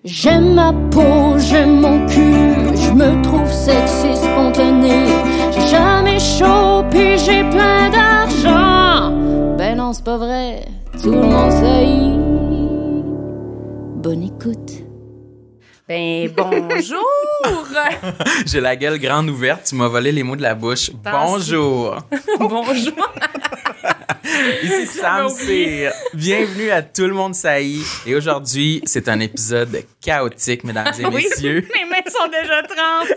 J'aime ma peau, j'aime mon cul, je me trouve sexy spontané. J'ai jamais chaud, puis j'ai plein d'argent. Ben non, c'est pas vrai, tout le monde sait. Bonne écoute. Ben, bonjour! J'ai la gueule grande ouverte, tu m'as volé les mots de la bouche. Bonjour! Bonjour! Ici Sam Cyr. Bienvenue à Tout le monde saillit. Et aujourd'hui, c'est un épisode chaotique, mesdames et messieurs. Mes mains sont déjà trempées.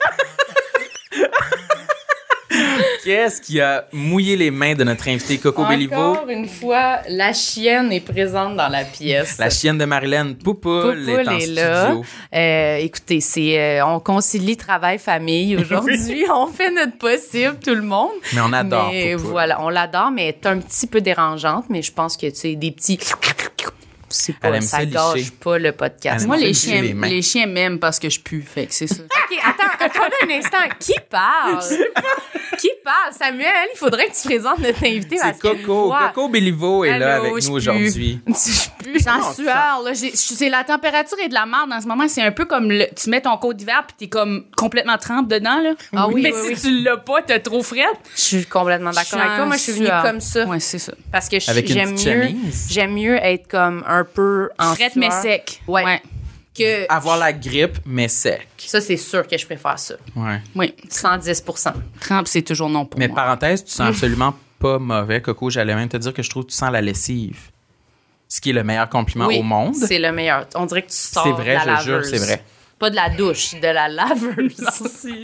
Qu'est-ce qui a mouillé les mains de notre invité Coco Bellivo? Encore une fois, la chienne est présente dans la pièce. La chienne de Marilyn, Poupoule est en studio. Écoutez, on concilie travail-famille aujourd'hui. On fait notre possible, tout le monde. Mais on adore mais Poupoule. Voilà, on l'adore, mais elle est un petit peu dérangeante. Mais je pense que, tu sais, des petits... C'est pas, ça gâche pas le podcast. Moi, les les chiens m'aiment parce que je pue, fait que c'est ça. OK, attends un instant. Qui parle? Qui parle? Samuel, il faudrait que tu présentes notre invité. C'est Coco. Coco Bellivo est là avec nous aujourd'hui. Je pue. En sueur, là. C'est la température est de la merde en ce moment. C'est un peu comme tu mets ton coat d'hiver puis t'es comme complètement trempe dedans, là. Ah oui, mais oui, si tu l'as pas, t'es trop frette. Je suis complètement d'accord avec toi. Moi, je suis venue comme ça. Ouais, c'est ça. Parce que Avec une j'aime petite mieux, chemise. j'aime mieux être comme un peu en Frette, sueur. mais sec. Ouais. Que Avoir la grippe, mais sec. ça, c'est sûr que je préfère ça. Ouais. Oui. 110%. Trempe, c'est toujours non pour Mais moi. parenthèse, tu sens absolument pas mauvais, Coco. J'allais même te dire que je trouve que tu sens la lessive. Ce qui est le meilleur compliment Oui, au monde. c'est le meilleur. On dirait que tu sors C'est vrai, de la je jure, laveuse. c'est vrai. Pas de la douche, de la laveuse. Merci.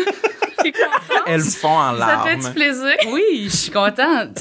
Elles font en Ça larmes. fait du plaisir? Oui, je suis contente.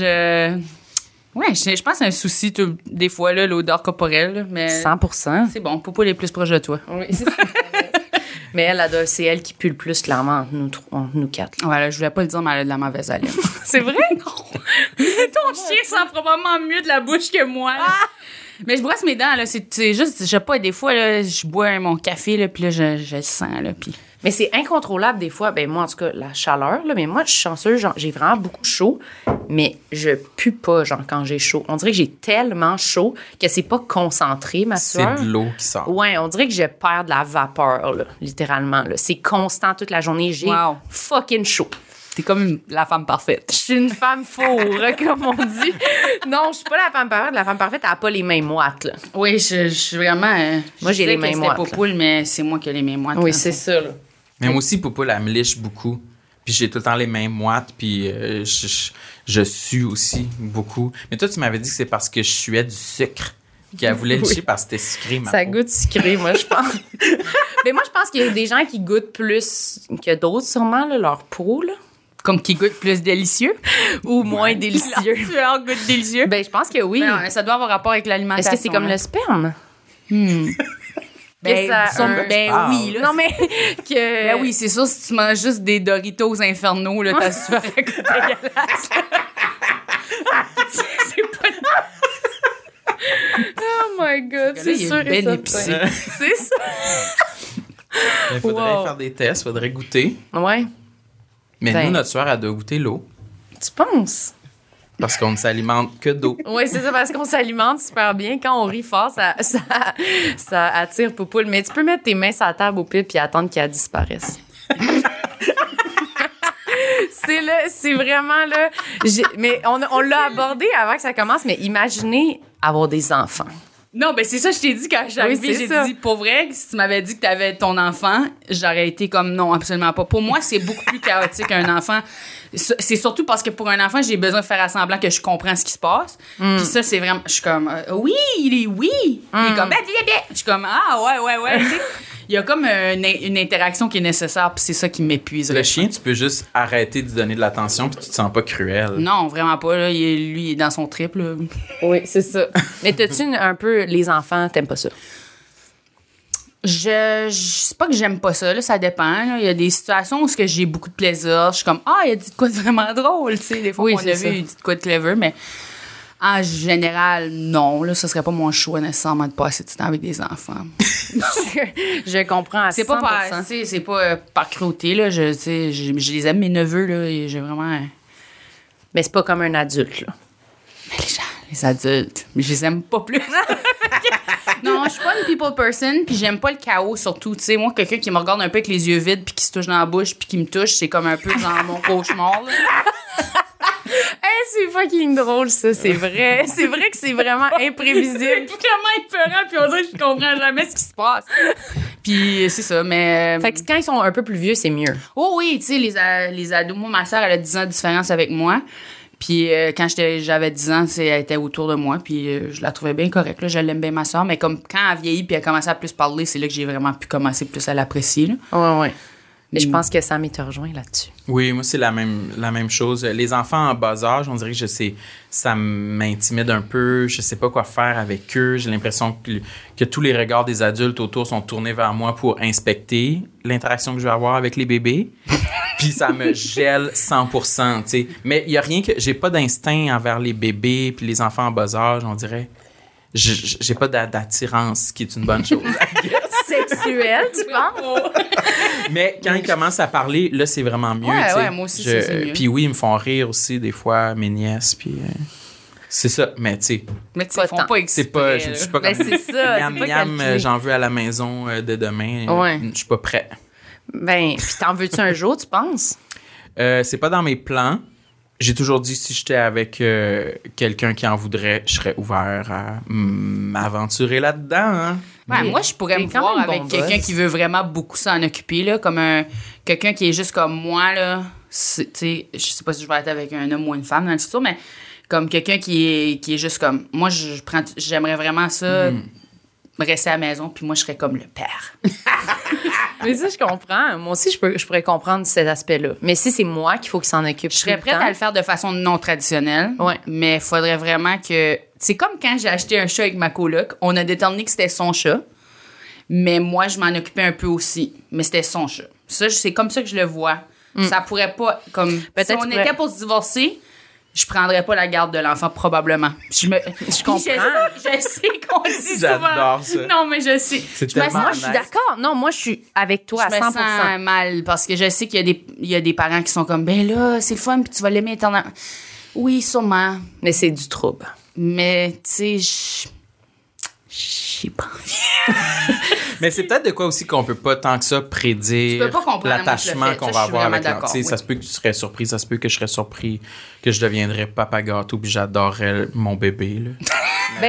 Ouais, je pense que c'est un souci des fois, là, l'odeur corporelle, là, mais 100%. c'est bon. Popo est plus proche de toi. Oui, c'est ça. Mais c'est elle qui pue le plus, clairement, entre nous quatre. Voilà, je voulais pas le dire, mais elle a de la mauvaise haleine. C'est vrai? Ton chien sent probablement mieux de la bouche que moi. Là. Mais je brosse mes dents, là. C'est juste, je sais pas, des fois, là, je bois mon café, là, puis là, je le sens, là, puis... Mais c'est incontrôlable des fois. Ben moi, en tout cas, la chaleur, là. Mais moi, je suis chanceuse, genre, j'ai vraiment beaucoup chaud, mais je pue pas, genre, quand j'ai chaud. On dirait que j'ai tellement chaud que c'est pas concentré, ma C'est sueur. de l'eau qui sort. Ouais, on dirait que je perds de la vapeur, là, littéralement. Là. C'est constant toute la journée. J'ai Wow. fucking chaud. T'es comme la femme parfaite. Je suis une femme fourre, comme on dit. Non, je suis pas la femme parfaite. La femme parfaite, elle a pas les mains moites, là. Oui, je suis vraiment... Moi, j'ai les mains moites, C'était Popoule, mais c'est moi qui ai les mains moites. Oui, là. c'est ça, là. Mais moi aussi, Poupoule, elle me liche beaucoup. Puis j'ai tout le temps les mains moites, puis je sue aussi beaucoup. Mais toi, tu m'avais dit que c'est parce que je suais du sucre qu'elle voulait licher parce que c'était sucré, ma Ça peau. goûte sucré, moi, je pense. Mais moi, je pense qu'il y a des gens qui goûtent plus que d'autres, sûrement, là, leur peau, là. Comme qui goûte plus délicieux. Ou moins délicieux. La sueur goûte délicieux. Ben, je pense que oui. Non, ça doit avoir rapport avec l'alimentation. Est-ce que c'est comme là. le sperme? Ben, parle. oui, là. Non, mais que... Ben oui, c'est sûr, si tu manges juste des Doritos infernaux, là, ta sueur est dégueulasse. C'est pas... Oh my God, c'est sûr et ben certain. épicé. C'est ça. Il faudrait Wow. faire des tests, faudrait goûter. Ouais. Mais Ben. nous, notre soeur, elle doit goûter l'eau. Tu penses? Parce qu'on ne s'alimente que d'eau. Oui, c'est ça, parce qu'on s'alimente super bien. Quand on rit fort, ça attire Poupoule. Mais tu peux mettre tes mains sur la table au pire puis attendre qu'elle disparaisse. C'est vraiment là. Mais on l'a abordé avant que ça commence, mais imaginez avoir des enfants. Non, ben c'est ça, je t'ai dit quand je suis arrivée. Oui, c'est J'ai ça. dit, pour vrai, si tu m'avais dit que t'avais ton enfant, j'aurais été comme non, absolument pas. Pour moi, c'est beaucoup plus chaotique un enfant. C'est surtout parce que pour un enfant, j'ai besoin de faire à semblant que je comprends ce qui se passe. Puis ça, c'est vraiment... Je suis comme, oui, il est oui. Il est comme, je suis comme, ah, ouais. Tu sais, il y a comme une interaction qui est nécessaire, puis c'est ça qui m'épuise. Le chien, tu peux juste arrêter de lui donner de l'attention puis tu te sens pas cruel. Non, vraiment pas. Là. Lui, il est dans son trip. Là. Oui, c'est ça. Mais t'as-tu un peu les enfants, t'aimes pas ça? Je sais pas que j'aime pas ça, là, ça dépend. Là. Il y a des situations où j'ai beaucoup de plaisir. Je suis comme, il a dit de quoi de vraiment drôle. Tu sais, des fois, Oui, on c'est a ça. vu, il dit de quoi de clever, mais en général, non. Là, ce serait pas mon choix nécessairement de passer du temps avec des enfants. Je comprends à 100%. C'est pas par, tu sais, c'est pas par cruauté. Là. Je les aime, mes neveux. Là, et j'ai vraiment... Mais c'est pas comme un adulte, là. Mais les adultes, mais je les aime pas plus. Non, je suis pas une people person, puis j'aime pas le chaos surtout. Tu sais, moi, quelqu'un qui me regarde un peu avec les yeux vides, puis qui se touche dans la bouche, puis qui me touche, c'est comme un peu genre mon cauchemar. Là. C'est fucking drôle, ça, c'est vrai. C'est vrai que c'est vraiment imprévisible. C'est vraiment épeurant, puis on dirait que je comprends jamais ce qui se passe. Puis c'est ça, mais... Fait que quand ils sont un peu plus vieux, c'est mieux. Oh oui, tu sais, les ados. Moi, ma sœur, elle a 10 ans de différence avec moi. Puis quand j'avais 10 ans, elle était autour de moi, puis je la trouvais bien correcte. Là, je l'aime bien, ma sœur. Mais comme quand elle vieillit puis elle a commencé à plus parler, c'est là que j'ai vraiment pu commencer plus à l'apprécier. Là. Ouais. Mais je pense que Sam te rejoint là-dessus. Oui, moi, c'est la même chose. Les enfants en bas âge, on dirait que ça m'intimide un peu. Je sais pas quoi faire avec eux. J'ai l'impression que tous les regards des adultes autour sont tournés vers moi pour inspecter l'interaction que je vais avoir avec les bébés. Puis ça me gèle 100%, tu sais. Mais il y a rien que... J'ai pas d'instinct envers les bébés puis les enfants en bas âge, on dirait. J'ai pas d'attirance, ce qui est une bonne chose. Sexuelle, tu penses? Mais quand ils commencent à parler, là, c'est vraiment mieux. Ouais, moi aussi, c'est mieux. Puis oui, ils me font rire aussi, des fois, mes nièces. Puis c'est ça. Mais tu sais. Mais tu sais, ils font pas exprès. C'est pas. Je suis pas comme. C'est ça. Miam, miam, j'en veux à la maison de demain. Ouais. Je suis pas prêt. Ben, puis t'en veux-tu un jour, tu penses? C'est pas dans mes plans. J'ai toujours dit, si j'étais avec quelqu'un qui en voudrait, je serais ouvert à m'aventurer là-dedans. Hein? Ouais, moi, je pourrais me voir avec quelqu'un qui veut vraiment beaucoup s'en occuper, là, comme quelqu'un qui est juste comme moi, là. Tu sais, je sais pas si je vais être avec un homme ou une femme dans le futur, mais comme quelqu'un qui est juste comme... Moi, j'aimerais vraiment ça, rester à la maison, puis moi, je serais comme le père. Mais ça, je comprends. Moi aussi, je pourrais comprendre cet aspect-là. Mais si c'est moi qu'il faut qu'il s'en occupe, je serais prête à le faire de façon non traditionnelle. Ouais. Mais il faudrait vraiment que... C'est comme quand j'ai acheté un chat avec ma coloc. On a déterminé que c'était son chat. Mais moi, je m'en occupais un peu aussi. Mais c'était son chat. Ça, c'est comme ça que je le vois. Ça pourrait pas... comme si on était pour se divorcer... Je prendrais pas la garde de l'enfant, probablement. Je comprends. Je sais qu'on dit souvent. J'adore ça. Non, mais je sais. C'est tellement Moi, je suis d'accord. Non, moi, je suis avec toi à 100%. Je me sens mal parce que je sais qu'il y a des parents qui sont comme, ben là, c'est le fun, puis tu vas l'aimer éternellement. Oui, sûrement. Mais c'est du trouble. Mais, tu sais, j'ai pas envie. Mais c'est peut-être de quoi aussi qu'on peut pas tant que ça prédire l'attachement qu'on va avoir avec l'enfant. Oui. Ça se peut que tu serais surpris, ça se peut que je serais surpris que je deviendrais papa gâteau puis j'adorerais mon bébé. Là. Ben,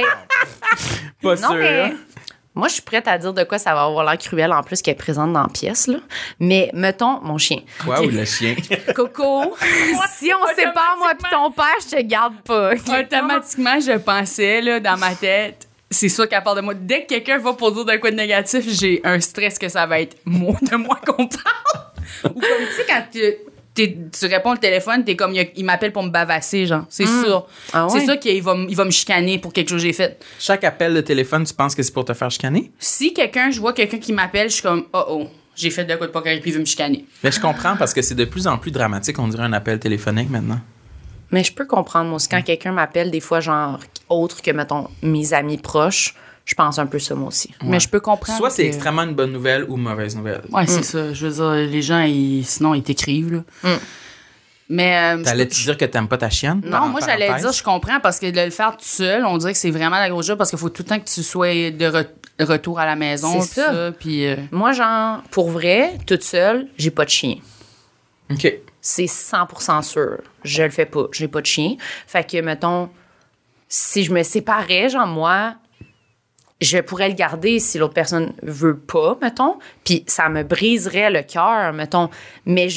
pas non, sûr. Mais moi, je suis prête à dire de quoi ça va avoir l'air cruel en plus qu'elle est présente dans la pièce. Là. Mais mettons, mon chien. Quoi, ou le chien? Coco, si on se sépare, moi puis ton père, je te garde pas. Automatiquement, je pensais, là, dans ma tête... C'est sûr qu'à part de moi, dès que quelqu'un va pour dire d'un quoi de négatif, j'ai un stress que ça va être de moi qu'on parle. Ou comme, tu sais, quand tu réponds au téléphone, t'es comme, il m'appelle pour me bavasser, genre. C'est sûr. Ah ouais? C'est sûr qu'il va me chicaner pour quelque chose que j'ai fait. Chaque appel de téléphone, tu penses que c'est pour te faire chicaner? Si je vois quelqu'un qui m'appelle, je suis comme, oh, j'ai fait de quoi de pas correct, puis il veut me chicaner. Mais je comprends parce que c'est de plus en plus dramatique, on dirait un appel téléphonique maintenant. Mais je peux comprendre, moi aussi, quand quelqu'un m'appelle, des fois, genre, autre que, mettons, mes amis proches, je pense un peu ça, moi aussi. Ouais. Mais je peux comprendre. Soit c'est extrêmement une bonne nouvelle ou une mauvaise nouvelle. Ouais, c'est ça. Je veux dire, les gens, sinon, ils t'écrivent, là. Mais. T'allais-tu dire que t'aimes pas ta chienne? Non, moi, j'allais dire, je comprends, parce que de le faire tout seul, on dirait que c'est vraiment la grosse job, parce qu'il faut tout le temps que tu sois de retour à la maison. C'est ça. Puis. Moi, genre, pour vrai, toute seule, j'ai pas de chien. OK. C'est 100% sûr. Je le fais pas. J'ai pas de chien. Fait que, mettons, si je me séparais, genre, moi, je pourrais le garder si l'autre personne veut pas, mettons. Puis ça me briserait le cœur, mettons. Mais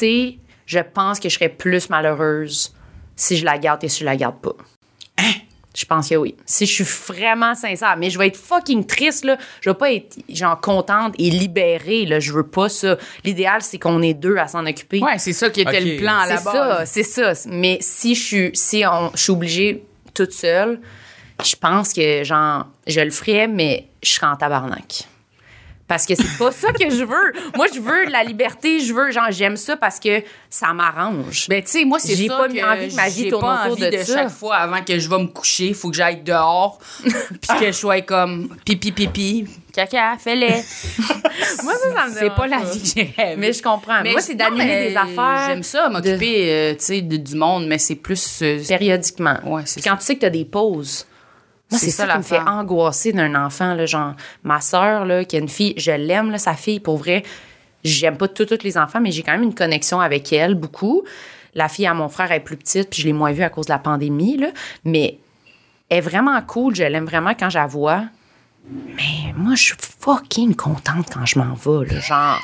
je pense que je serais plus malheureuse si je la garde que si je la garde pas. Hein? Je pense que oui. Si je suis vraiment sincère. Mais je vais être fucking triste, là. Je vais pas être, genre, contente et libérée, là. Je veux pas ça. L'idéal, c'est qu'on est deux à s'en occuper. Ouais, c'est ça qui était le plan à la base. C'est ça. Mais si je suis obligée toute seule, je pense que, genre, je le ferais, mais je serais en tabarnak. Parce que c'est pas ça que je veux. Moi, je veux de la liberté. J'aime ça parce que ça m'arrange. Ben, tu sais, moi, c'est j'ai ça pas que envie que ma vie tourne autour de ça. Chaque fois, avant que je vais me coucher, il faut que j'aille dehors, puis que je sois comme pipi, caca, fais-le. Moi, ça me c'est pas la vie que j'ai rêvé. Mais je comprends. Moi, c'est d'animer des affaires. J'aime ça, m'occuper, tu sais, du monde, mais c'est plus... périodiquement. Ouais, c'est quand tu sais que t'as des pauses. Moi, c'est ça qui me fait angoisser d'un enfant, là, genre, ma sœur, là, qui a une fille, je l'aime, là, sa fille, pour vrai. J'aime pas tous les enfants, mais j'ai quand même une connexion avec elle, beaucoup. La fille à mon frère est plus petite, puis je l'ai moins vue à cause de la pandémie, là. Mais elle est vraiment cool, je l'aime vraiment quand je la vois. Mais moi, je suis fucking contente quand je m'en vais, là, genre...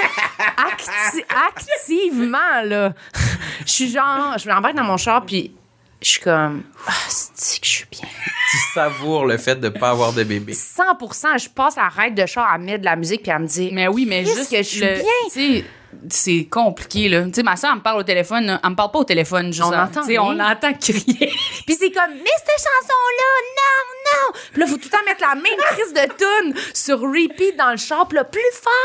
activement, là. Je suis genre... Je m'embarque dans mon char, puis je suis comme... c'est que je suis bien. Tu savoures le fait de ne pas avoir de bébé. 100%. Je passe à la raide de char à mettre de la musique, puis à me dire... Mais oui, mais juste que je suis bien. Tu sais, c'est compliqué, là. Tu sais, ma soeur, elle me parle au téléphone. Là. Elle me parle pas au téléphone, juste. On entend rien. On entend crier. Puis c'est comme, mais cette chanson-là, non! Puis là, faut tout le temps mettre la même crise de tune sur repeat dans le char, puis là, plus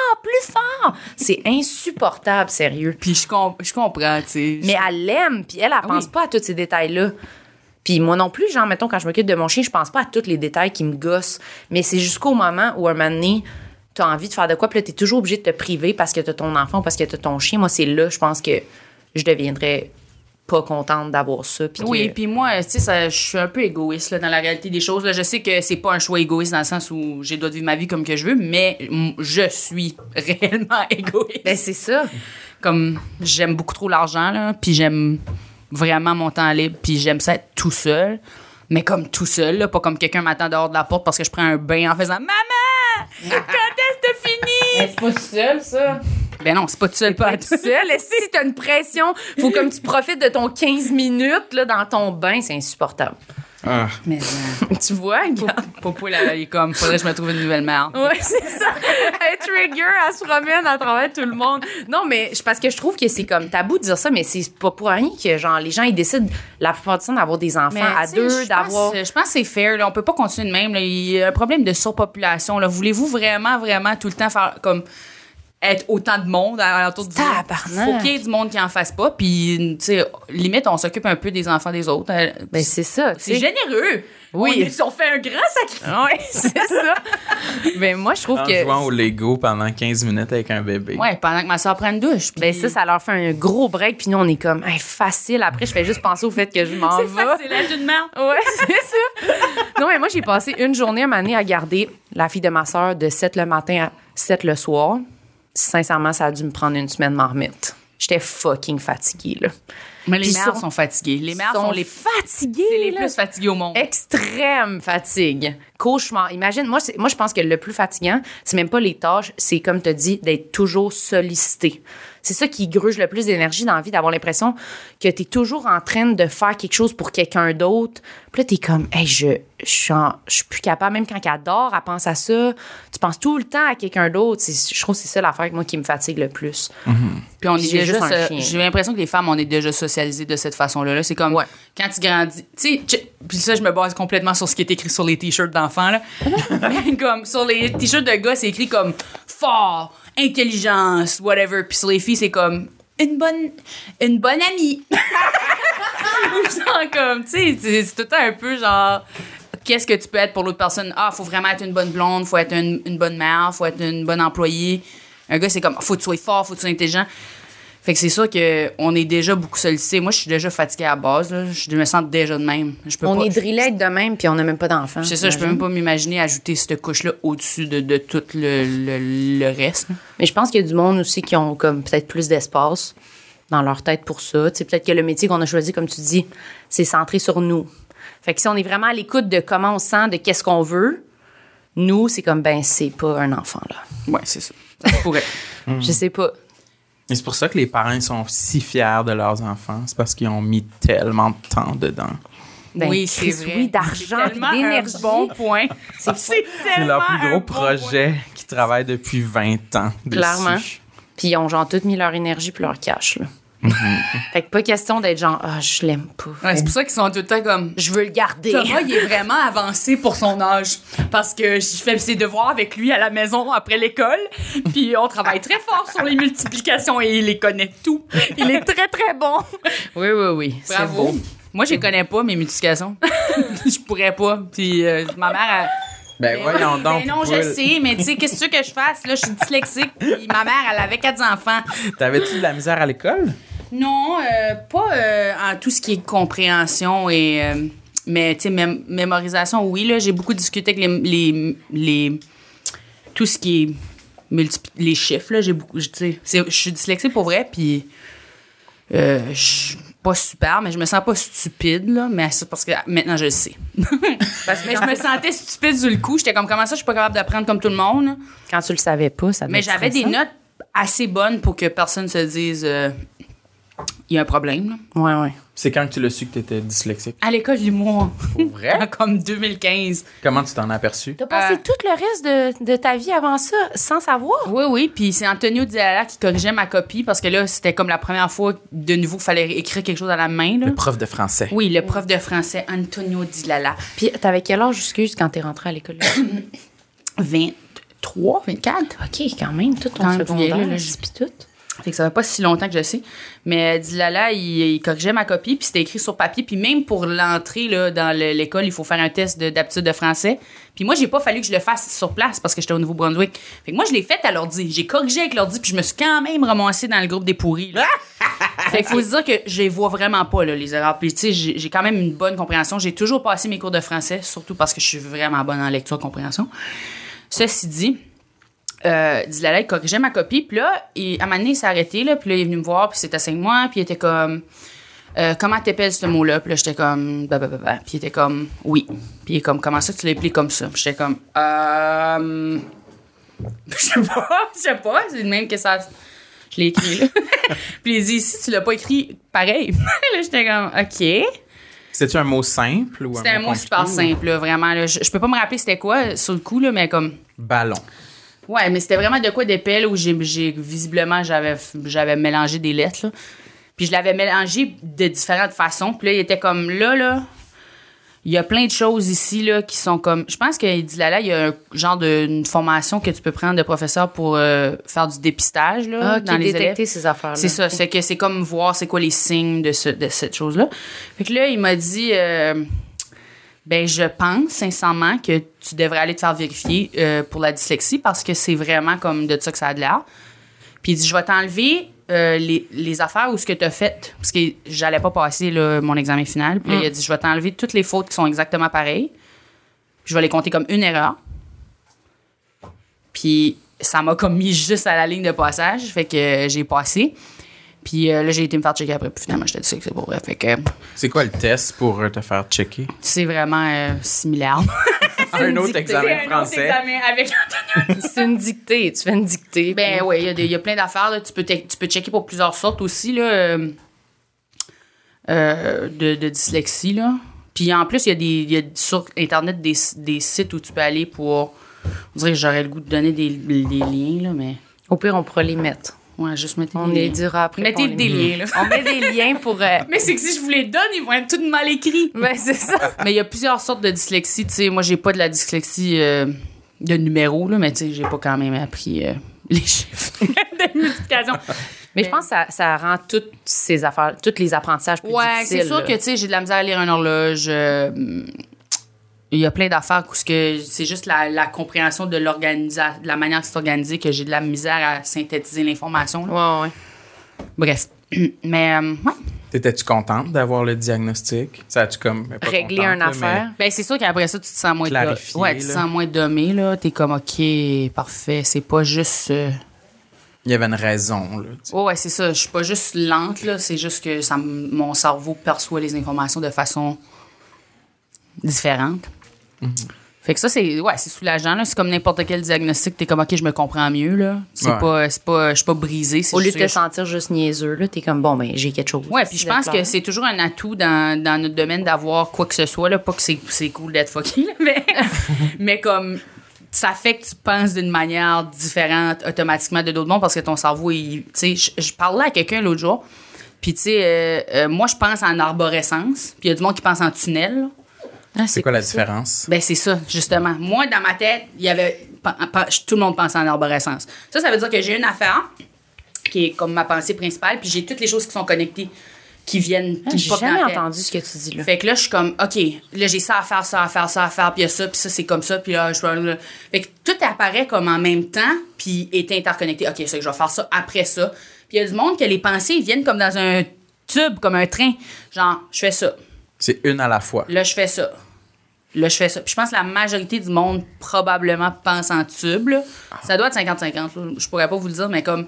fort! C'est insupportable, sérieux. Puis je comprends, tu sais. Mais elle l'aime, puis elle pense pas à tous ces détails-là. Puis moi non plus, genre, mettons, quand je m'occupe de mon chien, je pense pas à tous les détails qui me gossent. Mais c'est jusqu'au moment où, un moment donné, t'as envie de faire de quoi, puis là, t'es toujours obligé de te priver parce que t'as ton enfant ou parce que t'as ton chien. Moi, c'est là, je pense que je deviendrais pas contente d'avoir ça. Oui, puis moi, tu sais, je suis un peu égoïste là, dans la réalité des choses. Là. Je sais que c'est pas un choix égoïste dans le sens où j'ai le droit de vivre ma vie comme que je veux, mais je suis réellement égoïste. Ben, c'est ça. Comme, j'aime beaucoup trop l'argent, là, puis j'aime vraiment mon temps libre, puis j'aime ça être tout seul. Mais comme tout seul, là, pas comme quelqu'un m'attend dehors de la porte parce que je prends un bain en faisant « Maman! Quand est-ce que t'as fini? » Mais c'est pas tout seul, ça. Ben non, c'est pas tout seul. Pas tout seul. Si t'as une pression, faut comme tu profites de ton 15 minutes là, dans ton bain, c'est insupportable. Ah. Mais tu vois, Popo, là, il est comme, faudrait que je me trouve une nouvelle mère. Oui, c'est ça. Elle trigger, elle se promène à travers tout le monde. Non, mais parce que je trouve que c'est comme tabou de dire ça, mais c'est pas pour rien que genre les gens ils décident la plupart du temps d'avoir des enfants à deux, d'avoir. Je pense que c'est fair. Là. On peut pas continuer de même. Là. Il y a un problème de surpopulation. Là. Voulez-vous vraiment tout le temps faire comme être autant de monde autour du monde? Faut qu'il y ait du monde qui en fasse pas. Puis, tu sais, limite, on s'occupe un peu des enfants des autres. Ben, c'est ça. C'est généreux. Oui. On fait un grand sacrifice. Oui, c'est ça. Ben, moi, je trouve en jouant au Lego pendant 15 minutes avec un bébé. Ouais, pendant que ma soeur prend une douche. Pis... Ben, ça leur fait un gros break. Puis nous, on est comme, hey, facile. Après, je fais juste penser au fait que je m'en vais. C'est facile, être une merde. Ouais, c'est ça. Non, mais moi, j'ai passé une journée, une année, à garder la fille de ma soeur de 7 le matin à 7 le soir. Sincèrement, ça a dû me prendre une semaine marmite. J'étais fucking fatiguée, là. Mais les mères sont fatiguées. Les mères sont les fatiguées. C'est les plus fatiguées au monde. Extrême fatigue. Cauchemar. Imagine, moi, je pense que le plus fatigant, c'est même pas les tâches, c'est comme tu as dit, d'être toujours sollicité. C'est ça qui gruge le plus d'énergie dans la vie, d'avoir l'impression que tu es toujours en train de faire quelque chose pour quelqu'un d'autre. Puis là, tu es comme, hey, je suis plus capable. Même quand elle dort, elle pense à ça. Tu penses tout le temps à quelqu'un d'autre. Je trouve que c'est ça l'affaire moi, qui me fatigue le plus. Mm-hmm. Puis on est déjà, j'ai l'impression que les femmes, on est déjà socialisées de cette façon-là. Là. C'est comme, quand tu grandis, tu sais, puis ça, je me base complètement sur ce qui est écrit sur les t-shirts d'enfants. Là. Comme sur les t-shirts de gars, c'est écrit comme fort, intelligence, whatever. Puis sur les filles, c'est comme une bonne amie. Genre comme, tu sais, c'est tout le temps un peu genre, qu'est-ce que tu peux être pour l'autre personne? Ah, faut vraiment être une bonne blonde, faut être une bonne mère, faut être une bonne employée. Un gars, c'est comme, faut que tu sois fort, faut que tu sois intelligent. Fait que c'est sûr qu'on est déjà beaucoup sollicité. Moi, je suis déjà fatiguée à la base. Là. Je me sens déjà de même. On est drillé de même, puis on n'a même pas d'enfants. C'est ça, je peux même pas m'imaginer ajouter cette couche-là au-dessus de tout le reste. Là. Mais je pense qu'il y a du monde aussi qui ont comme peut-être plus d'espace dans leur tête pour ça. T'sais, peut-être que le métier qu'on a choisi, comme tu dis, c'est centré sur nous. Fait que si on est vraiment à l'écoute de comment on sent, de qu'est-ce qu'on veut, nous, c'est comme, ben, c'est pas un enfant, là. Ouais, c'est ça. Ça pourrait. Je sais pas. Et c'est pour ça que les parents sont si fiers de leurs enfants. C'est parce qu'ils ont mis tellement de temps dedans. Ben, oui, c'est vrai. Oui, d'argent, d'énergie. Un bon point. C'est leur plus gros projet qu'ils travaillent depuis 20 ans dessus. Clairement. Puis ils ont genre tout mis leur énergie puis leur cash, là. Fait que pas question d'être genre, je l'aime pas. Ouais, c'est pour ça qu'ils sont tout le temps comme, je veux le garder. Thomas, il est vraiment avancé pour son âge. Parce que je fais ses devoirs avec lui à la maison après l'école. Puis on travaille très fort sur les multiplications et il les connaît tout. Il est très, très bon. Oui. Bravo. C'est beau. Moi, je les connais pas, mes multiplications. Je pourrais pas. Puis ma mère, Ben voyons donc. Ben non, je sais, mais tu sais, qu'est-ce que tu veux que je fasse? Là, je suis dyslexique. Puis ma mère, elle avait 4 enfants. T'avais-tu de la misère à l'école? Non, pas en tout ce qui est compréhension et Mais, tu sais, mémorisation, oui, là, j'ai beaucoup discuté avec les tout ce qui est les chiffres, là, j'ai beaucoup, tu sais, je suis dyslexique pour vrai, puis je suis pas super, mais je me sens pas stupide, là, mais c'est parce que maintenant, je le sais. Mais je me sentais stupide sur le coup, j'étais comme, comment ça, je suis pas capable d'apprendre comme tout le monde, là? Quand tu le savais pas, ça devait Mais être j'avais des stressant. notes assez bonnes pour que personne se dise, il y a un problème, là. Ouais. C'est quand que tu l'as su que t'étais dyslexique? À l'école d'humour. Pour vrai? Comme 2015. Comment tu t'en as aperçu? T'as passé tout le reste de ta vie avant ça sans savoir? Oui, puis c'est Antonio Dilala qui corrigeait ma copie parce que là, c'était comme la première fois de nouveau qu'il fallait écrire quelque chose à la main. Là. Le prof de français. Oui, le prof de français, Antonio Dilala. Puis t'avais quel âge, excuse, quand t'es rentrée à l'école? 23, 24. OK, quand même, tout ton Quand même secondaire, vieille, là, puis tout. Fait que ça fait pas si longtemps que je sais. Mais Dilala, il corrigeait ma copie, puis c'était écrit sur papier. Puis même pour l'entrée là, dans l'école, il faut faire un test d'aptitude de français. Puis moi, j'ai pas fallu que je le fasse sur place parce que j'étais au Nouveau-Brunswick. Fait que moi, je l'ai fait à l'ordi. J'ai corrigé avec l'ordi, puis je me suis quand même ramassée dans le groupe des pourris. Là. Fait qu'il faut se dire que je les vois vraiment pas, là, les erreurs. Puis tu sais, j'ai quand même une bonne compréhension. J'ai toujours passé mes cours de français, surtout parce que je suis vraiment bonne en lecture-compréhension. Ceci dit... Dilala, il corrigeait ma copie, puis là, à un moment donné, il s'est arrêté, là, puis là, il est venu me voir, puis c'était 5 mois, puis il était comme, comment t'épelles ce mot-là? Puis là, j'étais comme, puis il était comme, oui. Puis il est comme, comment ça que tu l'as appelé comme ça? Puis j'étais comme, je sais pas, c'est le même que ça, je l'ai écrit, là. Puis il dit, si tu l'as pas écrit pareil. Là, j'étais comme, OK. C'était-tu un mot simple ou C'était un mot compliqué, super ou- simple, là, vraiment, là. Je peux pas me rappeler c'était quoi, sur le coup, là, mais comme... Ballon. Ouais, mais c'était vraiment de quoi d'épais là, où visiblement j'avais mélangé des lettres là. Puis je l'avais mélangé de différentes façons. Puis là, il était comme là, il y a plein de choses ici là qui sont comme. Je pense qu'il dit là, il y a un genre d'une formation que tu peux prendre de professeur pour faire du dépistage là dans les détecter élèves. ces affaires-là. C'est ça, c'est que c'est comme voir c'est quoi les signes de cette chose-là. Fait que là, il m'a dit. Ben, je pense sincèrement que tu devrais aller te faire vérifier pour la dyslexie parce que c'est vraiment comme de ça que ça a de l'air. Puis il dit, je vais t'enlever les affaires ou ce que tu as fait parce que j'allais pas passer là, mon examen final. Puis là, il a dit, je vais t'enlever toutes les fautes qui sont exactement pareilles. Puis je vais les compter comme une erreur. Puis ça m'a comme mis juste à la ligne de passage. Fait que j'ai passé. Puis là, j'ai été me faire checker après. Puis finalement, je te dis que c'est pour vrai. Fait que C'est quoi le test pour te faire checker? c'est vraiment similaire. Un autre examen C'est un autre français. examen avec Antonio. C'est une dictée. Tu fais une dictée. Ben oui, il y a plein d'affaires. Là. Tu peux checker pour plusieurs sortes aussi là, de dyslexie. Là. Puis en plus, il y a sur Internet des sites où tu peux aller pour... On dirait que j'aurais le goût de donner des liens, là, mais... Au pire, on pourra les mettre. Ouais, juste mettez On des les liens. dira après. Mettez qu'on des les- liens, là. On met des liens pour... Mais c'est que si je vous les donne, ils vont être tous mal écrits. Ben, c'est ça. Mais il y a plusieurs sortes de dyslexie. Tu sais, moi, j'ai pas de la dyslexie de numéros, là, mais tu sais, j'ai pas quand même appris les chiffres de multiplication. Mais je pense que ça rend toutes ces affaires, tous les apprentissages plus Ouais, difficiles. c'est sûr là. que, tu sais, j'ai de la misère à lire une horloge. Il y a plein d'affaires où c'est juste la compréhension de de la manière que c'est organisé que j'ai de la misère à synthétiser l'information. Là. Ouais. Bref. Mais, ouais. T'étais-tu contente d'avoir le diagnostic? Ça a-tu comme... pas Régler contente, une là, affaire. Ben, c'est sûr qu'après ça, tu te sens moins Clarifier, ouais, tu te là. sens moins dommé, là. T'es comme, OK, parfait. C'est pas juste. mais il y avait une raison, là. tu sais. Ouais, c'est ça. Je suis pas juste lente, là. C'est juste que mon cerveau perçoit les informations de façon différente. Fait que ça, c'est soulageant, là. C'est comme n'importe quel diagnostic. T'es comme, OK, je me comprends mieux, là. Ouais. Je suis pas brisée. Au lieu juste de te que sentir juste niaiseux, là, t'es comme, bon, ben, j'ai quelque chose. Ouais, puis je pense que c'est toujours un atout dans notre domaine d'avoir quoi que ce soit, là. Pas que c'est cool d'être fucké, là, mais comme ça fait que tu penses d'une manière différente automatiquement de d'autres mondes parce que ton cerveau, tu sais, je parlais à quelqu'un l'autre jour, puis tu sais, moi, je pense en arborescence, puis il y a du monde qui pense en tunnel, là. Ah, C'est quoi la différence? Ben, c'est ça, justement. Moi, dans ma tête, il y avait. Tout le monde pensait en arborescence. Ça veut dire que j'ai une affaire qui est comme ma pensée principale, puis j'ai toutes les choses qui sont connectées, qui viennent. Ah, qui j'ai me popent dans jamais la tête. entendu ce que tu dis, là. Fait que là, je suis comme, OK, là, j'ai ça à faire, puis il y a ça, puis ça, c'est comme ça, puis là, là. Fait que tout apparaît comme en même temps, puis est interconnecté. OK, c'est que je vais faire ça après ça. Puis il y a du monde que les pensées, ils viennent comme dans un tube, comme un train. Genre, je fais ça. C'est une à la fois. Là, je fais ça. Puis je pense que la majorité du monde probablement pense en tube. Là. Ça doit être 50-50. Là. Je pourrais pas vous le dire, mais comme...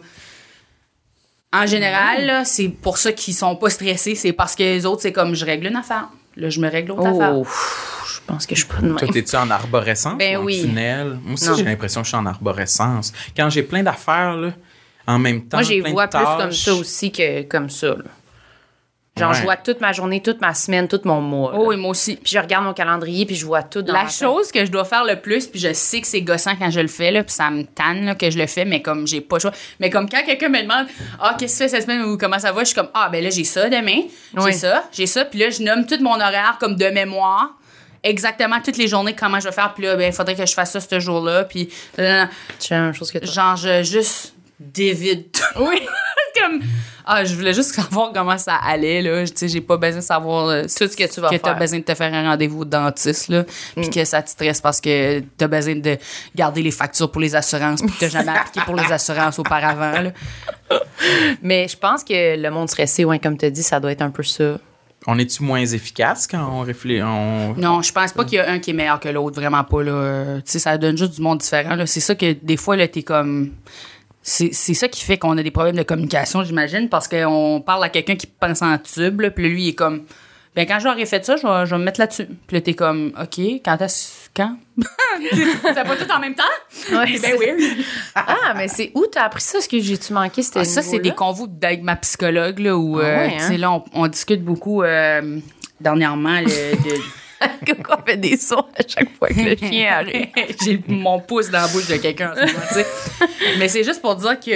En général, là, c'est pour ça qu'ils sont pas stressés. C'est parce que les autres, c'est comme, je règle une affaire. Là, je me règle l'autre affaire. Je pense que je suis pas de même. Toi, t'es-tu en arborescence Ben ou en oui. tunnel? Moi aussi, Non. j'ai l'impression que je suis en arborescence. Quand j'ai plein d'affaires, là, en même temps, Moi, j'y plein vois de plus comme tâches. ça aussi que comme ça. Là. Genre, Ouais. je vois toute ma journée, toute ma semaine, tout mon mois. là. Oh, et moi aussi. Puis je regarde mon calendrier, puis je vois tout dans La ma tête. chose que je dois faire le plus, puis je sais que c'est gossant quand je le fais, là, puis ça me tanne là, que je le fais, mais comme j'ai pas le choix. Mais comme quand quelqu'un me demande « Ah, qu'est-ce que tu fais cette semaine ou comment ça va? » Je suis comme « Ah, ben là, j'ai ça demain, Oui. j'ai ça. » Puis là, je nomme tout mon horaire comme de mémoire, exactement toutes les journées, comment je vais faire. Puis là, ben, il faudrait que je fasse ça ce jour-là. Puis Tu fais la même chose que toi. genre, je juste dévide tout. Oui. Comme, je voulais juste savoir comment ça allait, là. Tu sais, j'ai pas besoin de savoir Tout ce que tu vas que t'as faire. besoin de te faire un rendez-vous au dentiste, là. Puis que ça te stresse parce que t'as besoin de garder les factures pour les assurances puis que t'as jamais appliqué pour les assurances auparavant, là. Mais je pense que le monde stressé, ouais, comme tu as dit, ça doit être un peu ça. On est-tu moins efficace quand on réfléchit? Non, je pense pas qu'il y a un qui est meilleur que l'autre, vraiment pas, là. Tu sais, ça donne juste du monde différent, là. C'est ça que, des fois, là, t'es comme... C'est ça qui fait qu'on a des problèmes de communication, j'imagine, parce qu'on parle à quelqu'un qui pense en tube, là, puis là, lui, il est comme... Ben, quand j'aurais fait ça, je vais me mettre là-dessus. Puis là, t'es comme, OK, quand? T'as pas tout en même temps? Ouais, C'est bien weird. Ah, mais c'est où t'as appris ça? Ce que j'ai-tu manqué? C'était Ça, c'est des convos avec ma psychologue, là, où, ouais, tu sais, là, on discute beaucoup dernièrement de... Pourquoi on fait des sons à chaque fois que le chien arrive? J'ai mon pouce dans la bouche de quelqu'un en ce moment, tu sais. Mais c'est juste pour dire